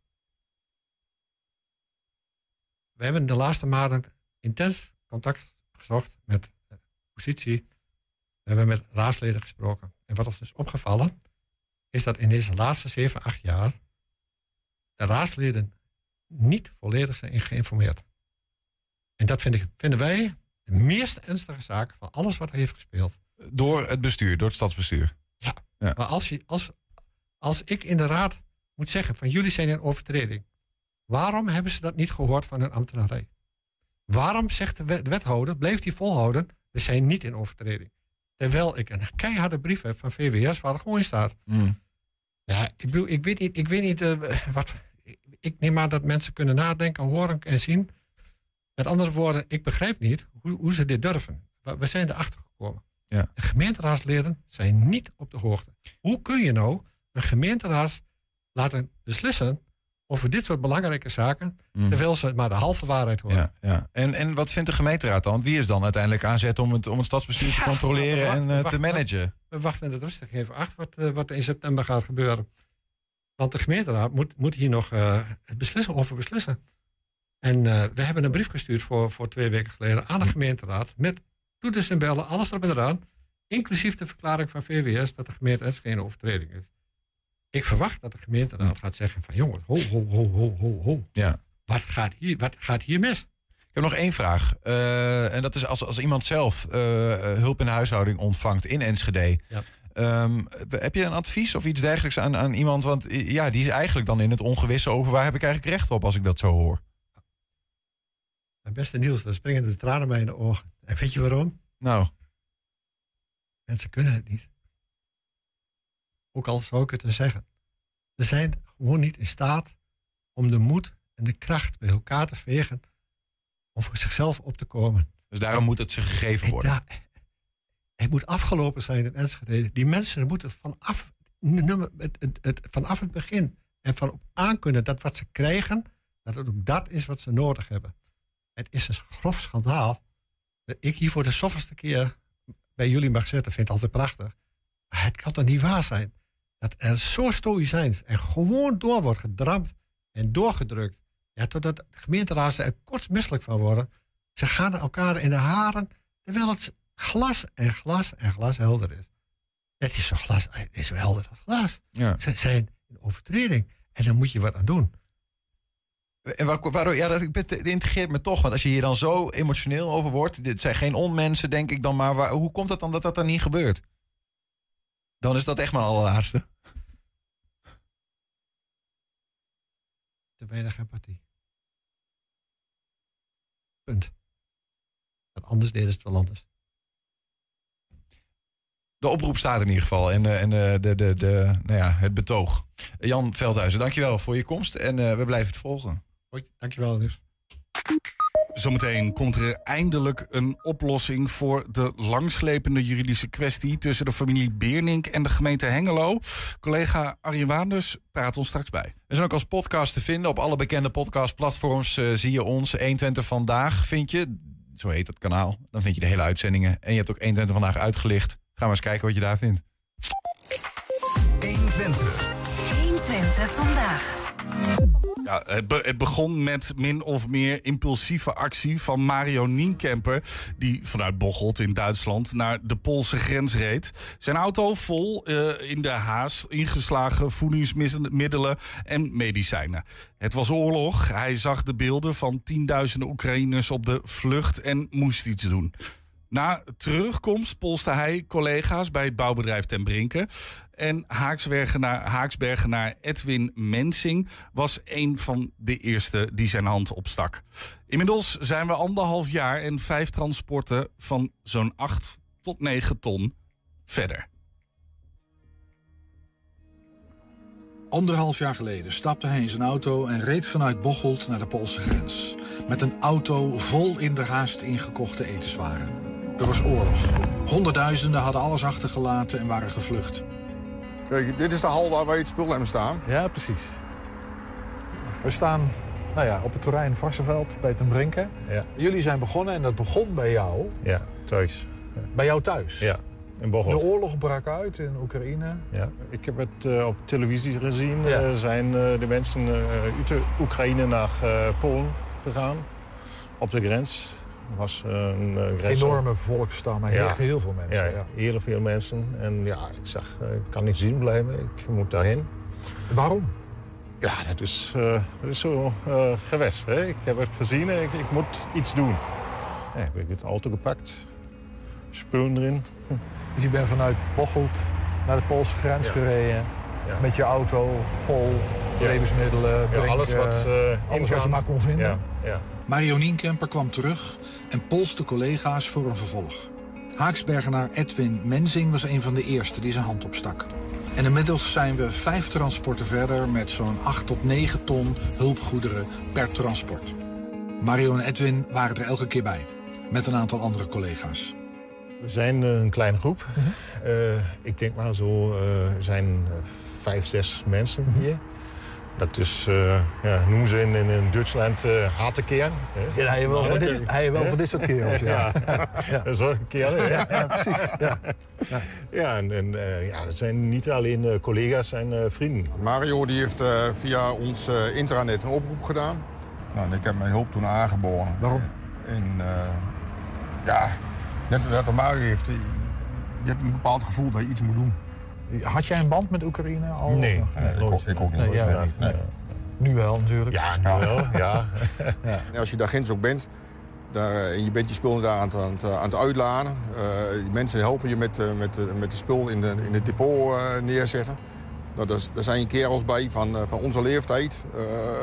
We hebben de laatste maanden intens contact gezocht met uh, positie. We hebben met raadsleden gesproken. En wat ons is opgevallen, is dat in deze laatste zeven, acht jaar de raadsleden niet volledig zijn geïnformeerd. En dat vind ik, vinden wij de meest ernstige zaak van alles wat er heeft gespeeld. Door het bestuur, door het stadsbestuur. Ja, ja. maar als, je, als, als ik in de raad moet zeggen van jullie zijn in overtreding. Waarom hebben ze dat niet gehoord van hun ambtenarij? Waarom zegt de wet, wethouder, bleef die volhouden, we zijn niet in overtreding. Terwijl ik een keiharde brief heb van V W S waar er gewoon in staat. Mm. Ja, ik, bedoel, ik weet niet, ik weet niet uh, wat... Ik neem aan dat mensen kunnen nadenken, horen en zien. Met andere woorden, ik begrijp niet hoe, hoe ze dit durven. We zijn erachter gekomen. Ja. De gemeenteraadsleden zijn niet op de hoogte. Hoe kun je nou een gemeenteraad laten beslissen over dit soort belangrijke zaken, mm. terwijl ze maar de halve waarheid horen? Ja, ja. En, en wat vindt de gemeenteraad dan? Wie is dan uiteindelijk aanzet om het, om het stadsbestuur te ja, controleren wacht, en uh, wacht, te managen? We wachten het rustig even af wat, uh, wat er in september gaat gebeuren. Want de gemeenteraad moet, moet hier nog uh, beslissen, over beslissen. En uh, we hebben een brief gestuurd voor, voor twee weken geleden aan de gemeenteraad. Met toeters en bellen, alles erop en eraan. Inclusief de verklaring van V W S dat de gemeente het geen overtreding is. Ik verwacht dat de gemeenteraad gaat zeggen van jongens, ho, ho, ho, ho, ho, ho. Ja. Wat gaat hier, wat gaat hier mis? Ik heb nog één vraag. Uh, en dat is als, als iemand zelf uh, hulp in de huishouding ontvangt in Enschede. Ja. Um, heb je een advies of iets dergelijks aan, aan iemand? Want ja, die is eigenlijk dan in het ongewisse over waar heb ik eigenlijk recht op als ik dat zo hoor. Mijn beste Niels, dan springen de tranen mij in de ogen. En weet je waarom? Nou. Mensen kunnen het niet. Ook al zou ik het te zeggen. Ze zijn gewoon niet in staat om de moed en de kracht bij elkaar te vegen om voor zichzelf op te komen. Dus daarom moet het ze gegeven worden. Ja, het moet afgelopen zijn in Enschede. Die mensen moeten vanaf, het, het, het, vanaf het begin en van op aankunnen dat wat ze krijgen, dat het ook dat is wat ze nodig hebben. Het is een grof schandaal dat ik hier voor de zoveelste keer bij jullie mag zitten. Vind het altijd prachtig. Maar het kan toch niet waar zijn dat er zo stoïcijns en gewoon door wordt gedramd en doorgedrukt. Ja, totdat de gemeenteraad er kotsmisselijk van worden. Ze gaan elkaar in de haren terwijl het glas en glas en glas helder is. Het is zo, glas, het is zo helder als glas. Ja. Ze zijn in overtreding en daar moet je wat aan doen. En waardoor, ja, dat integreert me toch. Want als je hier dan zo emotioneel over wordt, dit zijn geen onmensen, denk ik dan maar. Waar, hoe komt het dan dat dat dan niet gebeurt? Dan is dat echt mijn allerlaatste. Te weinig empathie. Punt. Want anders deden ze het wel anders. De oproep staat in ieder geval. En, uh, en uh, de, de, de, nou ja, het betoog. Jan Veldhuizen, dankjewel voor je komst. En uh, we blijven het volgen. Hoi, dankjewel dus. Zometeen komt er eindelijk een oplossing voor de langslepende juridische kwestie tussen de familie Beernink en de gemeente Hengelo. Collega Arjen Waanders praat ons straks bij. We zijn ook als podcast te vinden op alle bekende podcastplatforms. Uh, zie je ons. honderdtwintig Vandaag vind je. Zo heet het kanaal. Dan vind je de hele uitzendingen. En je hebt ook honderdtwintig Vandaag uitgelicht. Ga maar eens kijken wat je daar vindt. honderdtwintig. honderdtwintig Vandaag. Ja, het, be- het begon met min of meer impulsieve actie van Mario Nienkamper, die vanuit Bocholt in Duitsland naar de Poolse grens reed. Zijn auto vol uh, in de haast, ingeslagen voedingsmiddelen en medicijnen. Het was oorlog. Hij zag de beelden van tienduizenden Oekraïners op de vlucht en moest iets doen. Na terugkomst polste hij collega's bij het bouwbedrijf Ten Brinke. En Haaksbergenaar, Haaksbergenaar Edwin Mensing was een van de eerste die zijn hand opstak. Inmiddels zijn we anderhalf jaar en vijf transporten van zo'n acht tot negen ton verder. Anderhalf jaar geleden stapte hij in zijn auto en reed vanuit Bocholt naar de Poolse grens. Met een auto vol in de haast ingekochte etenswaren. Er was oorlog. Honderdduizenden hadden alles achtergelaten en waren gevlucht. Kijk, dit is de hal waar wij het spul hebben staan. Ja, precies. We staan nou ja, op het terrein Varsseveld bij Ten Brinke. Ja. Jullie zijn begonnen en dat begon bij jou. Ja, thuis. Ja. Bij jou thuis? Ja, in Bocholt. De oorlog brak uit in Oekraïne. Ja, ik heb het uh, op televisie gezien. Ja. Uh, zijn uh, de mensen uh, uit de Oekraïne naar uh, Polen gegaan. Op de grens. was een uh, enorme volksstam, hij ja. heeft heel veel mensen. Ja, Ja. heel veel mensen. En ja, ik zag, uh, ik kan niet zien blijven, ik moet daarheen. Waarom? Ja, dat is, uh, dat is zo uh, geweest. Hè? Ik heb het gezien en ik, ik moet iets doen. Ja, heb ik het auto gepakt, spullen erin. Dus je bent vanuit Bocholt naar de Poolse grens ja. gereden. Ja. Met je auto vol ja. levensmiddelen, ja, drinken, alles wat, uh, alles wat je maar kon vinden. Ja. Ja. Mario Nienkamper kwam terug en polste collega's voor een vervolg. Haaksbergenaar Edwin Menzing was een van de eerste die zijn hand opstak. En inmiddels zijn we vijf transporten verder met zo'n acht tot negen ton hulpgoederen per transport. Mario en Edwin waren er elke keer bij, met een aantal andere collega's. We zijn uh, een kleine groep. Mm-hmm. Uh, ik denk maar zo uh, zijn uh, vijf, zes mensen Mm-hmm. hier. Dat is, uh, ja, noemen ze in, in Duitsland uh, harte kern. Ja, hij heeft wel, van dit, hij heeft wel van dit soort kerels, ja. ja. ja. ja. Zorg kerel, ja. Ja, precies. Ja, ja. ja en, en uh, ja, dat zijn niet alleen uh, collega's, zijn uh, vrienden. Mario die heeft uh, via ons uh, intranet een oproep gedaan. Nou, ik heb mijn hulp toen aangeboden. Waarom? En uh, ja, net wat Mario heeft, je hebt een bepaald gevoel dat je iets moet doen. Had jij een band met Oekraïne al? Nee, nee, nee ik, ook, ik ook niet. Nee, nee, ja, nee, nee. nee. Nu wel natuurlijk. Ja, nu ja. wel, ja. ja. En als je daar ginds ook bent, daar, en je bent je spullen daar aan het, aan het, aan het uitladen. Uh, mensen helpen je met, uh, met, uh, met de spul in, de, in het depot uh, neerzetten. Nou, daar, daar zijn kerels bij van, uh, van onze leeftijd. Uh,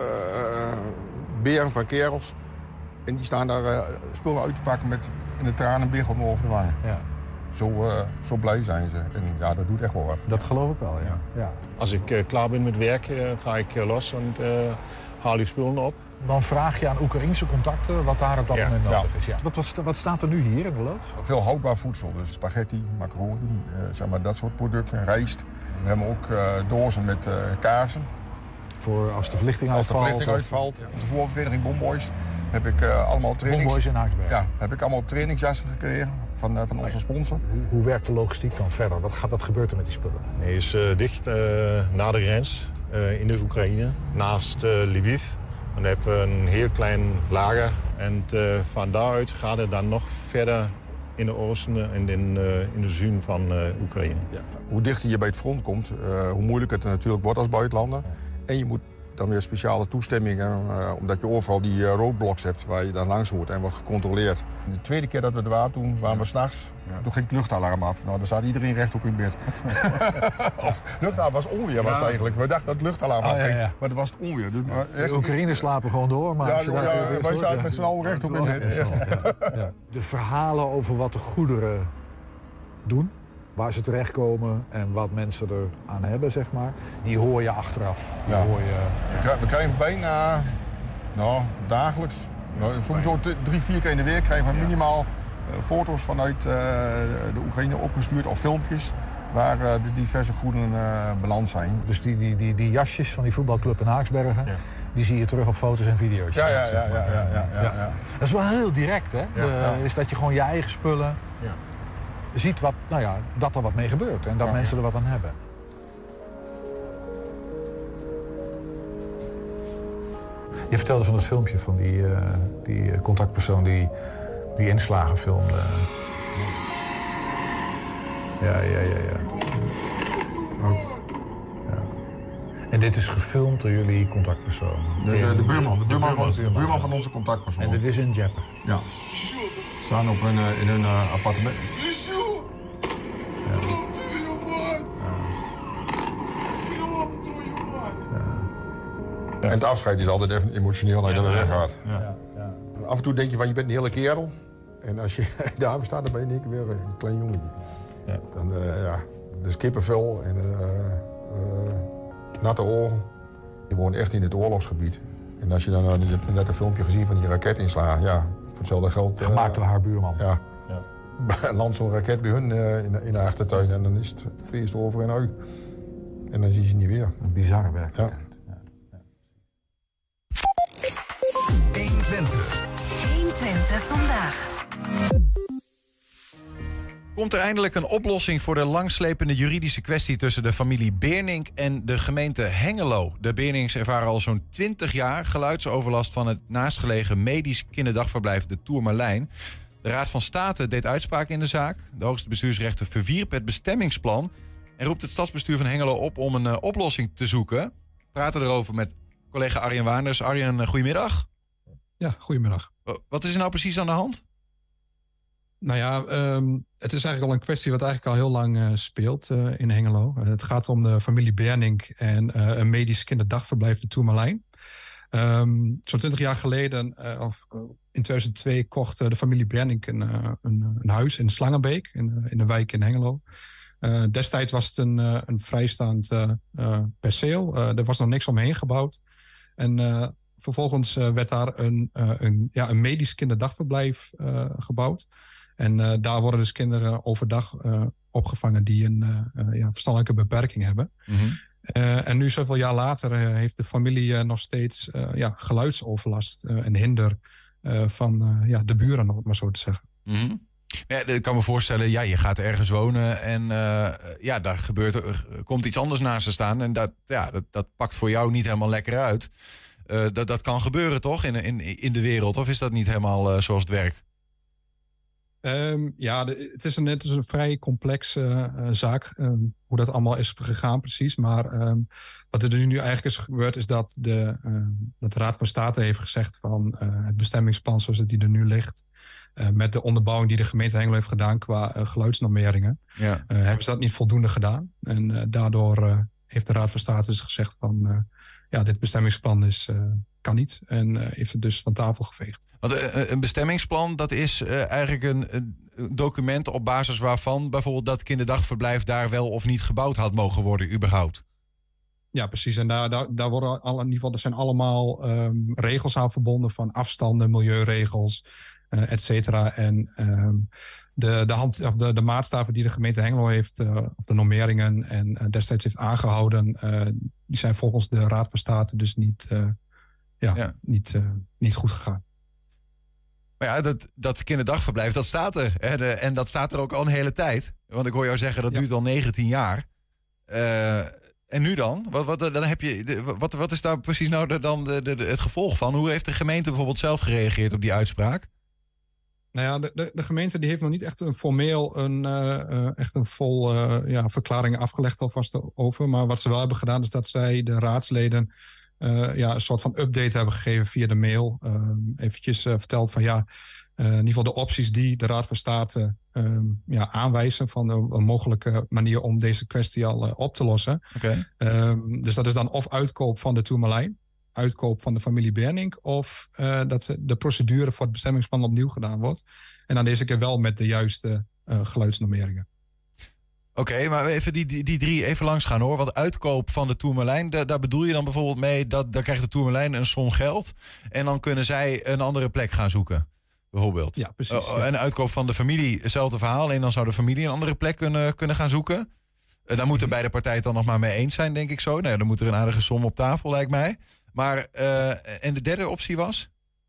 beren van kerels. En die staan daar uh, spullen uit te pakken met in de tranen biggen over de wangen. Ja. Zo, uh, zo blij zijn ze. En ja, dat doet echt wel wat. Dat geloof ik wel, ja. ja. Als ik uh, klaar ben met werk, uh, ga ik uh, los en uh, haal ik spullen op. Dan vraag je aan Oekraïense contacten wat daar op dat ja. moment nodig ja. is. Ja. Wat, wat, wat staat er nu hier in de loods? Veel houdbaar voedsel, dus spaghetti, macaroni, uh, zeg maar dat soort producten, rijst. We hebben ook uh, dozen met uh, kaarsen. Voor als de verlichting als uitvalt? Als de verlichting of... uitvalt. Onze voorvereniging Bomboys heb ik uh, allemaal trainings... Bomboys in Haaksberg? Ja, heb ik allemaal trainingsjassen gekregen van, uh, van onze sponsor. Hoe, hoe werkt de logistiek dan verder? Wat, gaat, wat gebeurt er met die spullen? Nee, is uh, dicht uh, na de grens uh, in de Oekraïne, naast uh, Lviv. En dan hebben we een heel klein lager. En uh, van daaruit gaat het dan nog verder in de oosten en in, uh, in de zuiden van uh, Oekraïne. Ja. Hoe dichter je bij het front komt, uh, hoe moeilijker het natuurlijk wordt als buitenlander. Ja. En je moet dan weer speciale toestemmingen, uh, omdat je overal die uh, roadblocks hebt waar je dan langs moet en wordt gecontroleerd. De tweede keer dat we er waren, toen waren we s'nachts, ja. Toen ging het luchtalarm af. Nou, daar zat iedereen rechtop in bed. Of, het luchtalarm was onweer, was het eigenlijk. We dachten dat het luchtalarm oh, afging, ja, ja. maar dat was het onweer. Dus, maar echt... De Oekraïners slapen gewoon door, maar... Ja, als je ja, ja, wij zaten met z'n allen rechtop in bed. Ja. Ja. De verhalen over wat de goederen doen, waar ze terechtkomen en wat mensen er aan hebben, zeg maar, die hoor je achteraf. Die ja. hoor je... We krijgen bijna nou, dagelijks, nou, sowieso drie, vier keer in de week krijgen we minimaal uh, foto's vanuit uh, de Oekraïne opgestuurd of filmpjes waar uh, de diverse goederen uh, beland zijn. Dus die, die, die, die jasjes van die voetbalclub in Haaksbergen, ja. die zie je terug op foto's en video's. Ja, ja, ja, ja, ja, ja, ja, ja. Dat is wel heel direct, hè? Ja, de, ja. Is dat je gewoon je eigen spullen ja. ziet wat, nou ja, dat er wat mee gebeurt en dat ja, mensen ja. er wat aan hebben. Je vertelde van het filmpje van die, uh, die contactpersoon die die inslagen filmde. Ja, ja, ja, ja. Oh. ja. En dit is gefilmd door jullie contactpersoon? De, de, de buurman, de buurman, van, de buurman van onze contactpersoon. En dit is in Jeppe? Ja. Ze staan op hun, in hun uh, appartement. Ja. En het afscheid is altijd even emotioneel dat je ja, er weggaat. Ja, ja. Af en toe denk je van je bent een hele kerel. En als je daar staat, dan ben je niet weer een klein jongetje. Ja. Dan, uh, ja, dus kippenvel en uh, uh, natte ogen. Je woont echt in het oorlogsgebied. En als je dan, uh, je hebt net een filmpje gezien van die raketinslagen. Ja, voor hetzelfde geld. Uh, Gemaakt door haar buurman. Ja. ja. Landt zo'n raket bij hun uh, in, in de achtertuin en dan is het feest over en uit. En dan zie je ze niet weer. Een bizarre werkelijkheid. Ja. honderdtwintig vandaag. komt er eindelijk een oplossing voor de langslepende juridische kwestie tussen de familie Beernink en de gemeente Hengelo. De Beerninks ervaren al zo'n twintig jaar geluidsoverlast van het naastgelegen medisch kinderdagverblijf de Tourmalijn. De Raad van State deed uitspraak in de zaak. De hoogste bestuursrechter verwierp het bestemmingsplan en roept het stadsbestuur van Hengelo op om een uh, oplossing te zoeken. We praten erover met collega Arjen Waanders. Arjen, uh, goedemiddag. Ja, goedemiddag. Wat is er nou precies aan de hand? Nou ja, um, het is eigenlijk al een kwestie wat eigenlijk al heel lang uh, speelt uh, in Hengelo. Uh, het gaat om de familie Beernink en uh, een medisch kinderdagverblijf de Tourmalijn. Um, Zo'n twintig jaar geleden, uh, of uh, in tweeduizend twee, kocht uh, de familie Beernink een, uh, een, een huis in Slangenbeek, in, uh, in de wijk in Hengelo. Uh, destijds was het een, uh, een vrijstaand uh, uh, perceel. Uh, er was nog niks omheen gebouwd. En uh, vervolgens uh, werd daar een, uh, een, ja, een medisch kinderdagverblijf uh, gebouwd. En uh, daar worden dus kinderen overdag uh, opgevangen die een uh, uh, ja, verstandelijke beperking hebben. Mm-hmm. Uh, en nu zoveel jaar later uh, heeft de familie uh, nog steeds uh, ja, geluidsoverlast uh, en hinder uh, van uh, ja, de buren, om het maar zo te zeggen. Mm-hmm. Ja, ik kan me voorstellen, ja, je gaat ergens wonen en uh, ja, daar gebeurt, er komt iets anders naast te staan. En dat, ja, dat, dat pakt voor jou niet helemaal lekker uit. Uh, dat, dat kan gebeuren toch in, in, in de wereld? Of is dat niet helemaal uh, zoals het werkt? Um, ja, de, het, is een, het is een vrij complexe uh, zaak, um, hoe dat allemaal is gegaan precies. Maar um, wat er dus nu eigenlijk is gebeurd is dat de, uh, dat de Raad van State heeft gezegd van uh, het bestemmingsplan zoals het die er nu ligt, uh, met de onderbouwing die de gemeente Hengelo heeft gedaan qua uh, geluidsnormeringen, ja. uh, hebben ze dat niet voldoende gedaan. En uh, daardoor uh, heeft de Raad van State dus gezegd van uh, ja, dit bestemmingsplan is... Uh, kan niet. En uh, heeft het dus van tafel geveegd. Want uh, een bestemmingsplan, dat is uh, eigenlijk een, een document op basis waarvan bijvoorbeeld dat kinderdagverblijf daar wel of niet gebouwd had mogen worden, überhaupt. Ja, precies. En daar, daar, daar worden al, in ieder geval, er zijn allemaal um, regels aan verbonden van afstanden, milieuregels, uh, et cetera. En um, de, de, hand, of de, de maatstaven die de gemeente Hengelo heeft, uh, of de normeringen en uh, destijds heeft aangehouden, uh, die zijn volgens de Raad van State dus niet... Uh, Ja, ja. Niet, uh, niet goed gegaan. Maar ja, dat, dat kinderdagverblijf, dat staat er. Hè? De, en dat staat er ook al een hele tijd. Want ik hoor jou zeggen, dat ja. duurt al negentien jaar. Uh, en nu dan? Wat, wat, dan heb je, wat, wat is daar precies nou de, dan de, de, de, het gevolg van? Hoe heeft de gemeente bijvoorbeeld zelf gereageerd op die uitspraak? Nou ja, de, de, de gemeente die heeft nog niet echt een formeel een, uh, uh, echt een vol uh, ja, verklaring afgelegd alvast over. Maar wat ze wel hebben gedaan is dat zij de raadsleden... Uh, ja, een soort van update hebben gegeven via de mail. Uh, eventjes uh, verteld van ja, uh, in ieder geval de opties die de Raad van State uh, ja, aanwijzen van een, een mogelijke manier om deze kwestie al uh, op te lossen. Okay. Uh, dus dat is dan of uitkoop van de Tourmalijn, uitkoop van de familie Beernink, of uh, dat de procedure voor het bestemmingsplan opnieuw gedaan wordt. En dan deze keer wel met de juiste uh, geluidsnormeringen. Oké, okay, maar even die, die, die drie even langs gaan hoor. Want uitkoop van de Tourmalijn, daar, daar bedoel je dan bijvoorbeeld mee... dat daar krijgt de Tourmalijn een som geld... en dan kunnen zij een andere plek gaan zoeken, bijvoorbeeld. Ja, precies. Uh, ja. En uitkoop van de familie, hetzelfde verhaal... alleen dan zou de familie een andere plek kunnen, kunnen gaan zoeken. Uh, daar moeten beide partijen het dan nog maar mee eens zijn, denk ik zo. Nou, dan moet er een aardige som op tafel, lijkt mij. Maar, uh, en de derde optie was...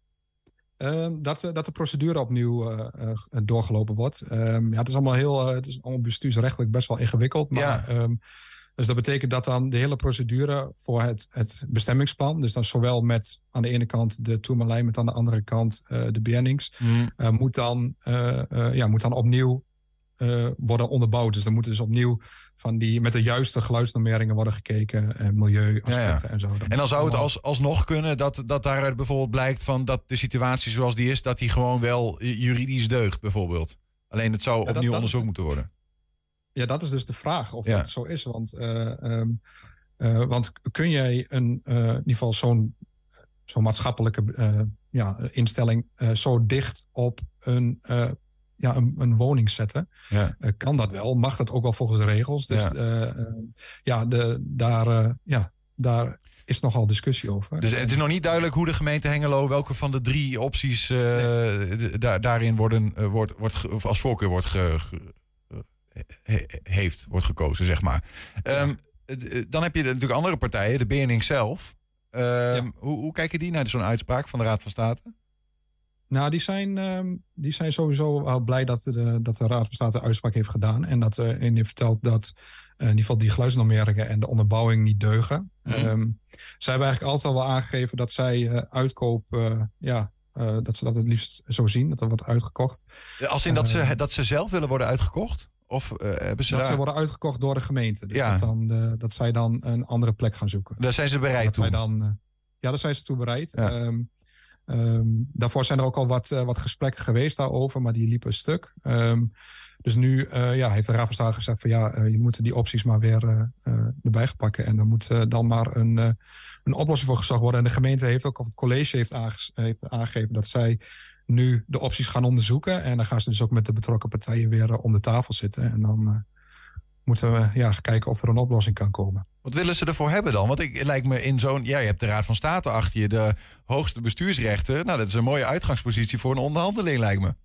Uh, dat, dat de procedure opnieuw uh, uh, doorgelopen wordt. Um, ja, het is allemaal heel, uh, het is allemaal bestuursrechtelijk best wel ingewikkeld. Maar, ja. um, dus dat betekent dat dan de hele procedure voor het, het bestemmingsplan, dus dan zowel met aan de ene kant de Tourmalijn, met aan de andere kant uh, de Beerninks, mm. uh, moet, dan, uh, uh, ja, moet dan opnieuw uh, worden onderbouwd. Dus dan moeten dus opnieuw van die met de juiste geluidsnormeringen worden gekeken en milieuaspecten ja, ja. en zo. En dan zou het als, alsnog kunnen dat, dat daaruit bijvoorbeeld blijkt van dat de situatie zoals die is, dat die gewoon wel juridisch deugt bijvoorbeeld. Alleen het zou ja, opnieuw dat, dat onderzocht is, moeten worden. Ja, dat is dus de vraag of ja. dat zo is. Want, uh, um, uh, want kun jij een, uh, in ieder geval zo'n, zo'n maatschappelijke uh, ja, instelling uh, zo dicht op een... Uh, Ja, een, een woning zetten. Ja. Uh, kan dat wel? Mag dat ook wel volgens de regels? Dus ja, uh, uh, ja, de, daar, uh, ja daar is nogal discussie over. Dus het is nog niet duidelijk hoe de gemeente Hengelo... welke van de drie opties uh, nee. da- daarin worden, uh, wordt, wordt, of als voorkeur wordt ge, ge, he, heeft, wordt gekozen, zeg maar. Um, ja. Dan heb je natuurlijk andere partijen, de Beernink zelf. Um, ja. hoe, hoe kijken die naar zo'n uitspraak van de Raad van State? Nou, die zijn, um, die zijn sowieso wel blij dat de, dat de Raad van State uitspraak heeft gedaan. En dat uh, en die heeft verteld dat uh, in ieder geval die geluidsnormeringen en de onderbouwing niet deugen. Mm-hmm. Um, zij hebben eigenlijk altijd al wel aangegeven dat zij uh, uitkoop, uh, ja, uh, dat ze dat het liefst zo zien, dat er wordt uitgekocht. Als in dat, uh, ze, dat ze zelf willen worden uitgekocht? Of uh, hebben ze dat daar... ze worden uitgekocht door de gemeente. Dus ja. dat, dan de, dat zij dan een andere plek gaan zoeken. Daar zijn ze bereid toe? Dan, uh, ja, daar zijn ze toe bereid. Ja. Um, Um, daarvoor zijn er ook al wat, uh, wat gesprekken geweest daarover, maar die liepen stuk. Um, dus nu uh, ja, heeft de Raad van State gezegd van ja, uh, je moet die opties maar weer uh, uh, erbij gaan pakken. En er moet uh, dan maar een, uh, een oplossing voor gezocht worden. En de gemeente heeft ook, of het college heeft, aange- heeft aangegeven dat zij nu de opties gaan onderzoeken. En dan gaan ze dus ook met de betrokken partijen weer uh, om de tafel zitten. En dan uh, moeten we ja, kijken of er een oplossing kan komen. Wat willen ze ervoor hebben dan? Want ik lijkt me in zo'n... Ja, je hebt de Raad van State achter je, de hoogste bestuursrechter. Nou, dat is een mooie uitgangspositie voor een onderhandeling, lijkt me.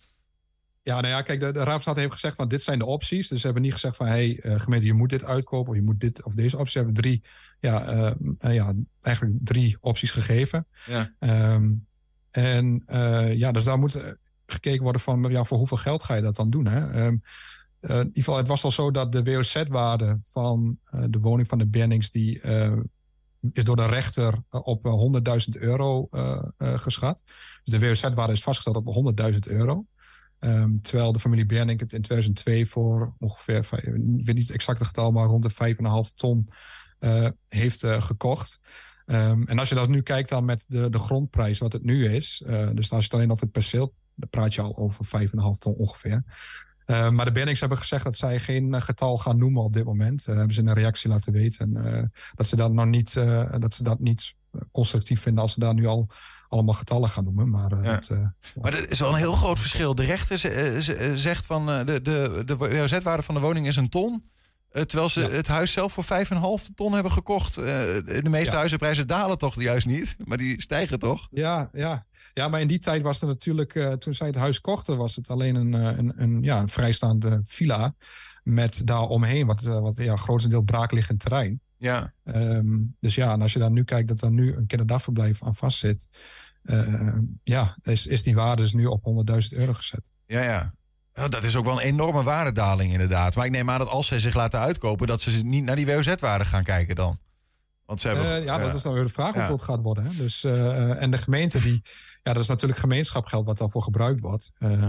Ja, nou ja, kijk, de, de Raad van State heeft gezegd van dit zijn de opties. Dus ze hebben niet gezegd van hé, hey, uh, gemeente, je moet dit uitkopen of je moet dit of deze optie. Ze hebben drie, ja, uh, uh, ja, eigenlijk drie opties gegeven. Ja. Um, en uh, ja, dus daar moet gekeken worden van ja, voor hoeveel geld ga je dat dan doen, hè? Um, Uh, in ieder geval, het was al zo dat de W O Z-waarde van uh, de woning van de Bennings... die uh, is door de rechter uh, op uh, honderdduizend euro uh, uh, geschat. Dus de W O Z-waarde is vastgesteld op honderdduizend euro. Um, terwijl de familie Berning het in tweeduizend twee voor ongeveer... ik weet niet het exacte getal, maar rond de vijf komma vijf ton uh, heeft uh, gekocht. Um, en als je dat nu kijkt dan met de, de grondprijs, wat het nu is... Uh, dus als je het alleen over het perceel... dan praat je al over vijf komma vijf ton ongeveer... Uh, maar de Bennings hebben gezegd dat zij geen uh, getal gaan noemen op dit moment. Uh, hebben ze in een reactie laten weten. Uh, dat ze dat nog niet, uh, dat ze dat niet constructief vinden als ze daar nu al allemaal getallen gaan noemen. Maar, uh, ja. dat, uh, maar dat is wel een heel groot verschil. De rechter z- z- zegt van uh, de, de, de W O Z-waarde van de woning is een ton. Uh, terwijl ze ja. het huis zelf voor vijf komma vijf ton hebben gekocht. Uh, de meeste ja. huizenprijzen dalen toch juist niet? Maar die stijgen toch? Ja, ja. Ja, maar in die tijd was er natuurlijk, uh, toen zij het huis kochten, was het alleen een, een, een, ja, een vrijstaande villa met daaromheen wat, wat ja, grotendeel braakliggend terrein. Ja. Um, dus ja, en als je dan nu kijkt dat er nu een kinderdagverblijf aan vastzit, uh, ja, is, is die waarde dus nu op honderdduizend euro gezet. Ja, ja. Oh, dat is ook wel een enorme waardedaling inderdaad. Maar ik neem aan dat als zij zich laten uitkopen, dat ze niet naar die W O Z-waarde gaan kijken dan. Want ze hebben, uh, ja, ja, dat is dan weer de vraag hoeveel ja. het gaat worden. Hè? Dus, uh, en de gemeente, die, ja, dat is natuurlijk gemeenschapsgeld wat daarvoor gebruikt wordt. Uh,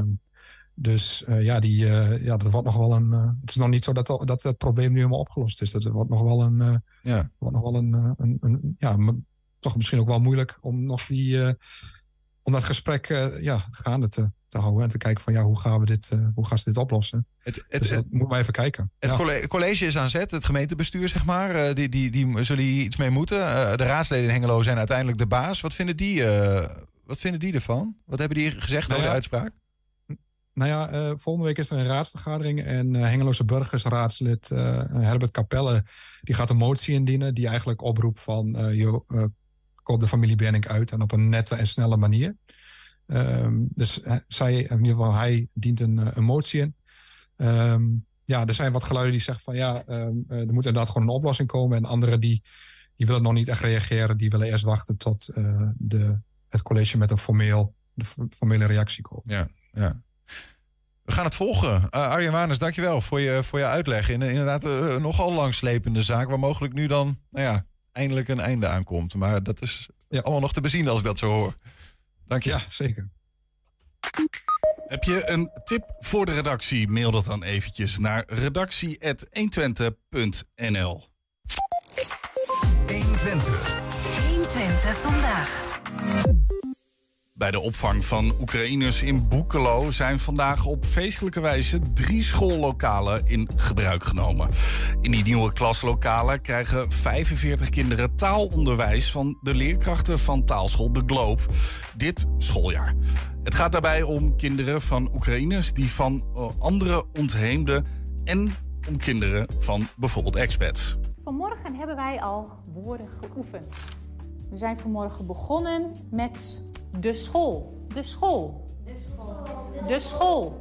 dus uh, ja, die, uh, ja, dat wordt nog wel een. Uh, het is nog niet zo dat, dat het probleem nu helemaal opgelost is. Dat wordt nog wel een. Uh, ja. wordt nog wel een, uh, een, een ja, m- toch misschien ook wel moeilijk om nog die. Uh, om dat gesprek uh, ja, gaande te, te houden en te kijken van ja, hoe gaan we dit, uh, hoe gaan ze dit oplossen? Het, het, dus dat moeten we even kijken. Het ja. college is aan zet, het gemeentebestuur zeg maar, uh, die, die, die zullen hier iets mee moeten. Uh, de raadsleden in Hengelo zijn uiteindelijk de baas. Wat vinden die, uh, wat vinden die ervan? Wat hebben die gezegd nou over ja, de uitspraak? Nou ja, uh, volgende week is er een raadsvergadering en uh, Hengeloze burgersraadslid uh, Herbert Capelle die gaat een motie indienen die eigenlijk oproept van uh, je uh, koop de familie Berning uit en op een nette en snelle manier. Um, dus uh, zij, in ieder geval hij dient een, uh, een motie in. Um, ja, er zijn wat geluiden die zeggen van ja, um, uh, er moet inderdaad gewoon een oplossing komen. En anderen die, die willen nog niet echt reageren. Die willen eerst wachten tot uh, de, het college met een formeel, de formele reactie komt. Ja, ja. We gaan het volgen. Uh, Arjen Waners, dankjewel voor je, voor je uitleg. In, inderdaad uh, een nogal langslepende zaak waar mogelijk nu dan, nou ja, eindelijk een einde aankomt. Maar dat is ja. allemaal nog te bezien als ik dat zo hoor. Dank je. Ja, zeker. Heb je een tip voor de redactie? Mail dat dan eventjes naar redactie apenstaartje honderdtwintig punt n l. honderdtwintig. honderdtwintig vandaag. Bij de opvang van Oekraïners in Boekelo zijn vandaag op feestelijke wijze drie schoollokalen in gebruik genomen. In die nieuwe klaslokalen krijgen vijfenveertig kinderen taalonderwijs van de leerkrachten van taalschool De Globe dit schooljaar. Het gaat daarbij om kinderen van Oekraïners die van andere ontheemden en om kinderen van bijvoorbeeld expats. Vanmorgen hebben wij al woorden geoefend. We zijn vanmorgen begonnen met de school. De school. De school. De school.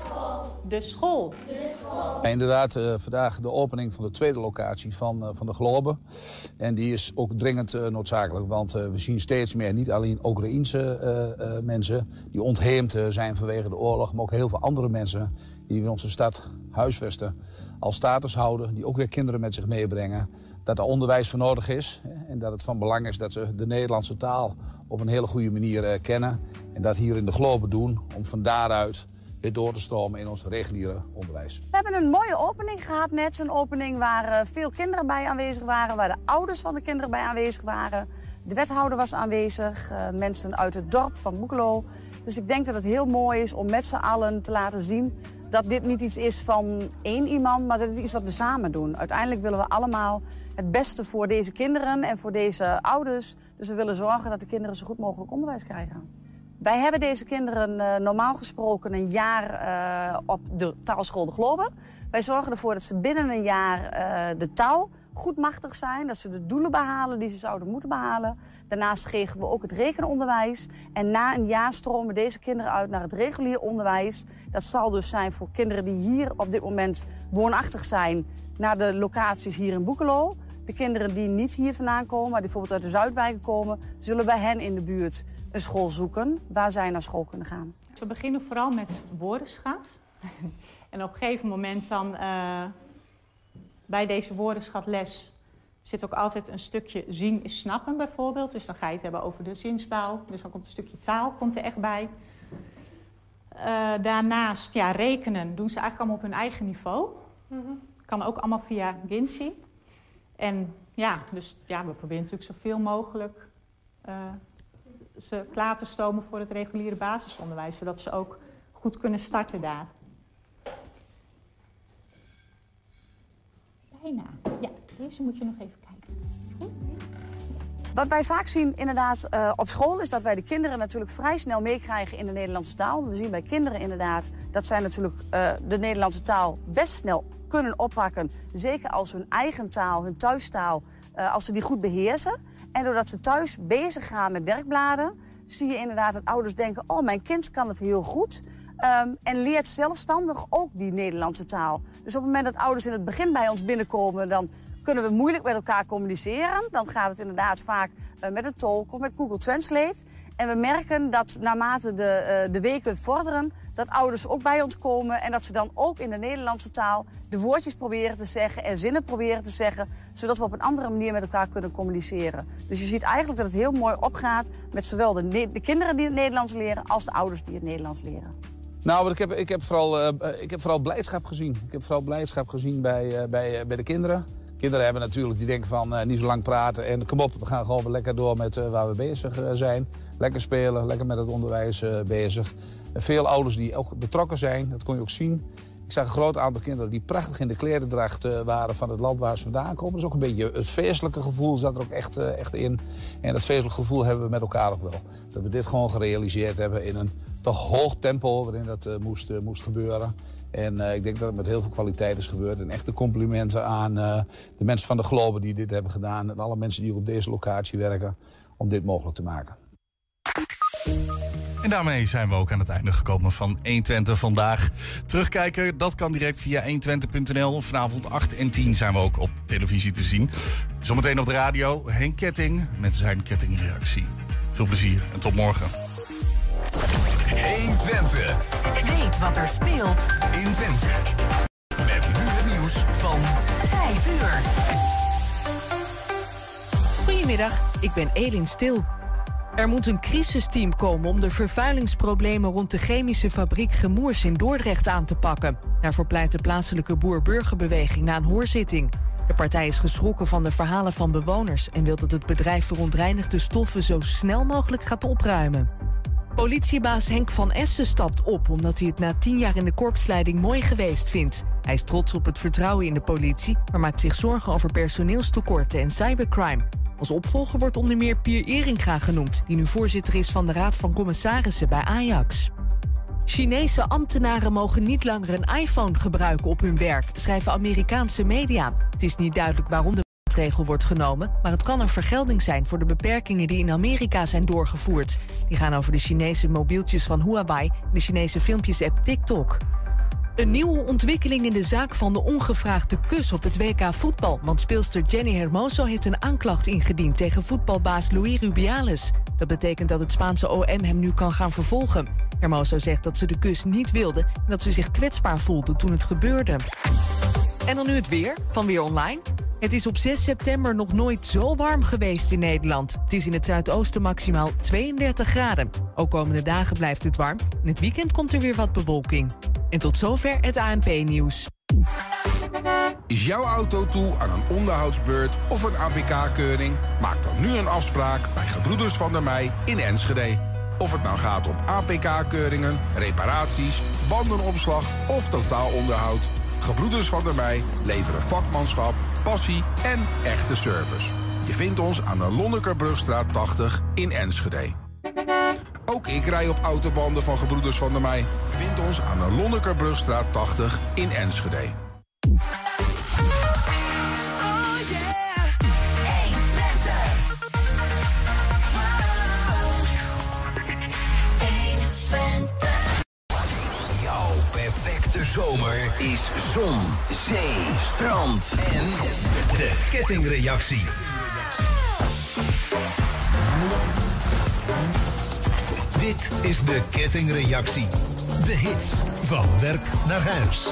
De school. Ja, inderdaad, uh, vandaag de opening van de tweede locatie van, uh, van de Globe. En die is ook dringend uh, noodzakelijk. Want uh, we zien steeds meer, niet alleen Oekraïense uh, uh, mensen... die ontheemd uh, zijn vanwege de oorlog... maar ook heel veel andere mensen die in onze stad huisvesten... als status houden, die ook weer kinderen met zich meebrengen... dat er onderwijs voor nodig is. En dat het van belang is dat ze de Nederlandse taal op een hele goede manier uh, kennen. En dat hier in de Globe doen om van daaruit... weer door te stromen in ons reguliere onderwijs. We hebben een mooie opening gehad net. Een opening waar uh, veel kinderen bij aanwezig waren. Waar de ouders van de kinderen bij aanwezig waren. De wethouder was aanwezig. Uh, mensen uit het dorp van Boekelo. Dus ik denk dat het heel mooi is om met z'n allen te laten zien... dat dit niet iets is van één iemand, maar dat het iets wat we samen doen. Uiteindelijk willen we allemaal het beste voor deze kinderen en voor deze ouders. Dus we willen zorgen dat de kinderen zo goed mogelijk onderwijs krijgen. Wij hebben deze kinderen uh, normaal gesproken een jaar uh, op de taalschool de Globe. Wij zorgen ervoor dat ze binnen een jaar uh, de taal goed machtig zijn. Dat ze de doelen behalen die ze zouden moeten behalen. Daarnaast geven we ook het rekenonderwijs. En na een jaar stromen deze kinderen uit naar het regulier onderwijs. Dat zal dus zijn voor kinderen die hier op dit moment woonachtig zijn... naar de locaties hier in Boekelo. De kinderen die niet hier vandaan komen, maar die bijvoorbeeld uit de Zuidwijken komen... zullen bij hen in de buurt een school zoeken waar zij naar school kunnen gaan. We beginnen vooral met woordenschat. En op een gegeven moment dan... Uh, bij deze woordenschatles zit ook altijd een stukje zien is snappen bijvoorbeeld. Dus dan ga je het hebben over de zinsbouw. Dus dan komt een stukje taal komt er echt bij. Uh, daarnaast, ja, rekenen doen ze eigenlijk allemaal op hun eigen niveau. Mm-hmm. Kan ook allemaal via Ginsi. En ja, dus ja, we proberen natuurlijk zoveel mogelijk uh, ze klaar te stomen voor het reguliere basisonderwijs. Zodat ze ook goed kunnen starten daar. Bijna. Ja, deze moet je nog even kijken. Goed? Wat wij vaak zien inderdaad uh, op school is dat wij de kinderen natuurlijk vrij snel meekrijgen in de Nederlandse taal. We zien bij kinderen inderdaad dat zij natuurlijk uh, de Nederlandse taal best snel kunnen oppakken. Zeker als hun eigen taal, hun thuistaal, uh, als ze die goed beheersen. En doordat ze thuis bezig gaan met werkbladen, zie je inderdaad dat ouders denken, oh, mijn kind kan het heel goed. Um, en leert zelfstandig ook die Nederlandse taal. Dus op het moment dat ouders in het begin bij ons binnenkomen, dan kunnen we moeilijk met elkaar communiceren. Dan gaat het inderdaad vaak uh, met een tolk of met Google Translate. En we merken dat naarmate de, uh, de weken vorderen, dat ouders ook bij ons komen. En dat ze dan ook in de Nederlandse taal de woordjes proberen te zeggen en zinnen proberen te zeggen. Zodat we op een andere manier met elkaar kunnen communiceren. Dus je ziet eigenlijk dat het heel mooi opgaat met zowel de, ne- de kinderen die het Nederlands leren als de ouders die het Nederlands leren. Nou, ik heb, ik, heb vooral, uh, ik heb vooral blijdschap gezien. Ik heb vooral blijdschap gezien bij, uh, bij, uh, bij de kinderen. Kinderen hebben natuurlijk, die denken van uh, niet zo lang praten. En kom op, we gaan gewoon lekker door met uh, waar we bezig uh, zijn. Lekker spelen, lekker met het onderwijs uh, bezig. Uh, veel ouders die ook betrokken zijn, dat kon je ook zien. Ik zag een groot aantal kinderen die prachtig in de klerendracht uh, waren van het land waar ze vandaan komen. Dus ook een beetje het feestelijke gevoel zat er ook echt, uh, echt in. En dat feestelijke gevoel hebben we met elkaar ook wel. Dat we dit gewoon gerealiseerd hebben in een toch hoog tempo waarin dat uh, moest, uh, moest gebeuren. En uh, ik denk dat het met heel veel kwaliteit is gebeurd. En echte complimenten aan uh, de mensen van de Globe die dit hebben gedaan. En alle mensen die op deze locatie werken om dit mogelijk te maken. En daarmee zijn we ook aan het einde gekomen van honderdtwintig vandaag. Terugkijken, dat kan direct via honderdtwintig punt n l. Vanavond acht en tien zijn we ook op televisie te zien. Zometeen op de radio Henk Ketting met zijn kettingreactie. Veel plezier en tot morgen. honderdtwintig. Weet wat er speelt in Twente. Met nu het nieuws van vijf uur. Goedemiddag, ik ben Elin Stil. Er moet een crisisteam komen om de vervuilingsproblemen rond de chemische fabriek Gemoers in Dordrecht aan te pakken. Daarvoor pleit de plaatselijke boer-burgerbeweging na een hoorzitting. De partij is geschrokken van de verhalen van bewoners en wil dat het bedrijf verontreinigde stoffen zo snel mogelijk gaat opruimen. Politiebaas Henk van Essen stapt op omdat hij het na tien jaar in de korpsleiding mooi geweest vindt. Hij is trots op het vertrouwen in de politie, maar maakt zich zorgen over personeelstekorten en cybercrime. Als opvolger wordt onder meer Pier Eringa genoemd, die nu voorzitter is van de Raad van Commissarissen bij Ajax. Chinese ambtenaren mogen niet langer een iPhone gebruiken op hun werk, schrijven Amerikaanse media. Het is niet duidelijk waarom de maatregel wordt genomen, maar het kan een vergelding zijn voor de beperkingen die in Amerika zijn doorgevoerd. Die gaan over de Chinese mobieltjes van Huawei en de Chinese filmpjes-app TikTok. Een nieuwe ontwikkeling in de zaak van de ongevraagde kus op het W K voetbal. Want speelster Jenny Hermoso heeft een aanklacht ingediend tegen voetbalbaas Luis Rubiales. Dat betekent dat het Spaanse O M hem nu kan gaan vervolgen. Hermoso zegt dat ze de kus niet wilde en dat ze zich kwetsbaar voelde toen het gebeurde. En dan nu het weer van Weer Online. Het is op zes september nog nooit zo warm geweest in Nederland. Het is in het zuidoosten maximaal tweeëndertig graden. Ook komende dagen blijft het warm. In het weekend komt er weer wat bewolking. En tot zover het A N P-nieuws. Is jouw auto toe aan een onderhoudsbeurt of een A P K-keuring? Maak dan nu een afspraak bij Gebroeders van der Meij in Enschede. Of het nou gaat om A P K-keuringen, reparaties, bandenopslag of totaalonderhoud. Gebroeders van der Meij leveren vakmanschap, passie en echte service. Je vindt ons aan de Lonnekerbrugstraat tachtig in Enschede. Ook ik rij op autobanden van Gebroeders van der Meij. Je vindt ons aan de Lonnekerbrugstraat tachtig in Enschede. De zomer is zon, zee, strand en de kettingreactie. Dit is de kettingreactie. De hits van werk naar huis.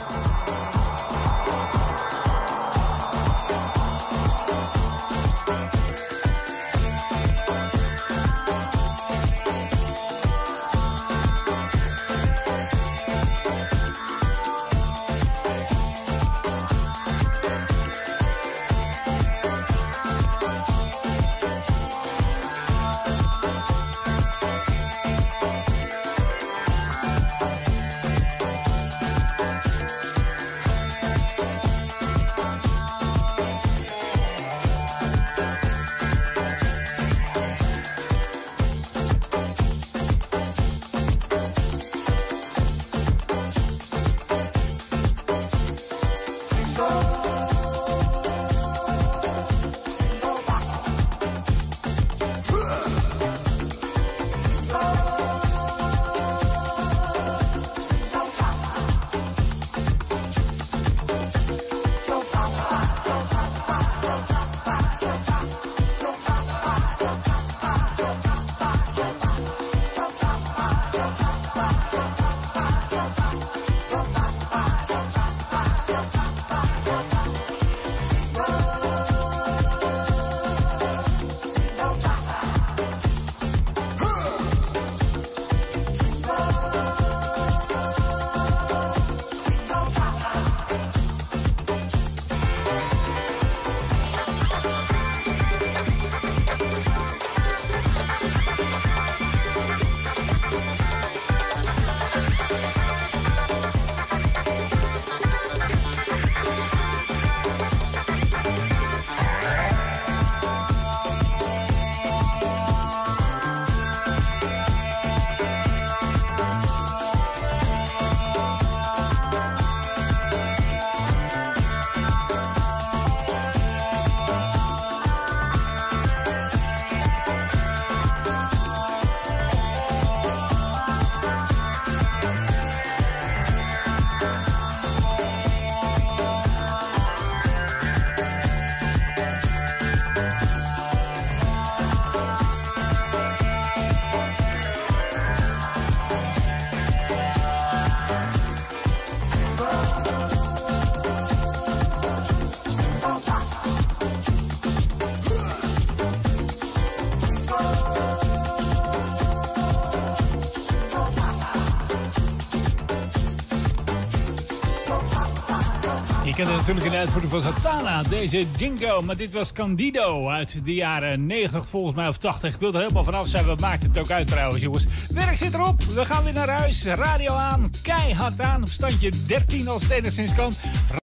Je kent natuurlijk een uitvoering van Satana, deze Jingo. Maar dit was Candido uit de jaren negentig, volgens mij, of tachtig. Ik wil er helemaal vanaf zijn, wat maakt het ook uit trouwens, jongens. Werk zit erop, we gaan weer naar huis. Radio aan, keihard aan. Op standje dertien als het enigszins kan.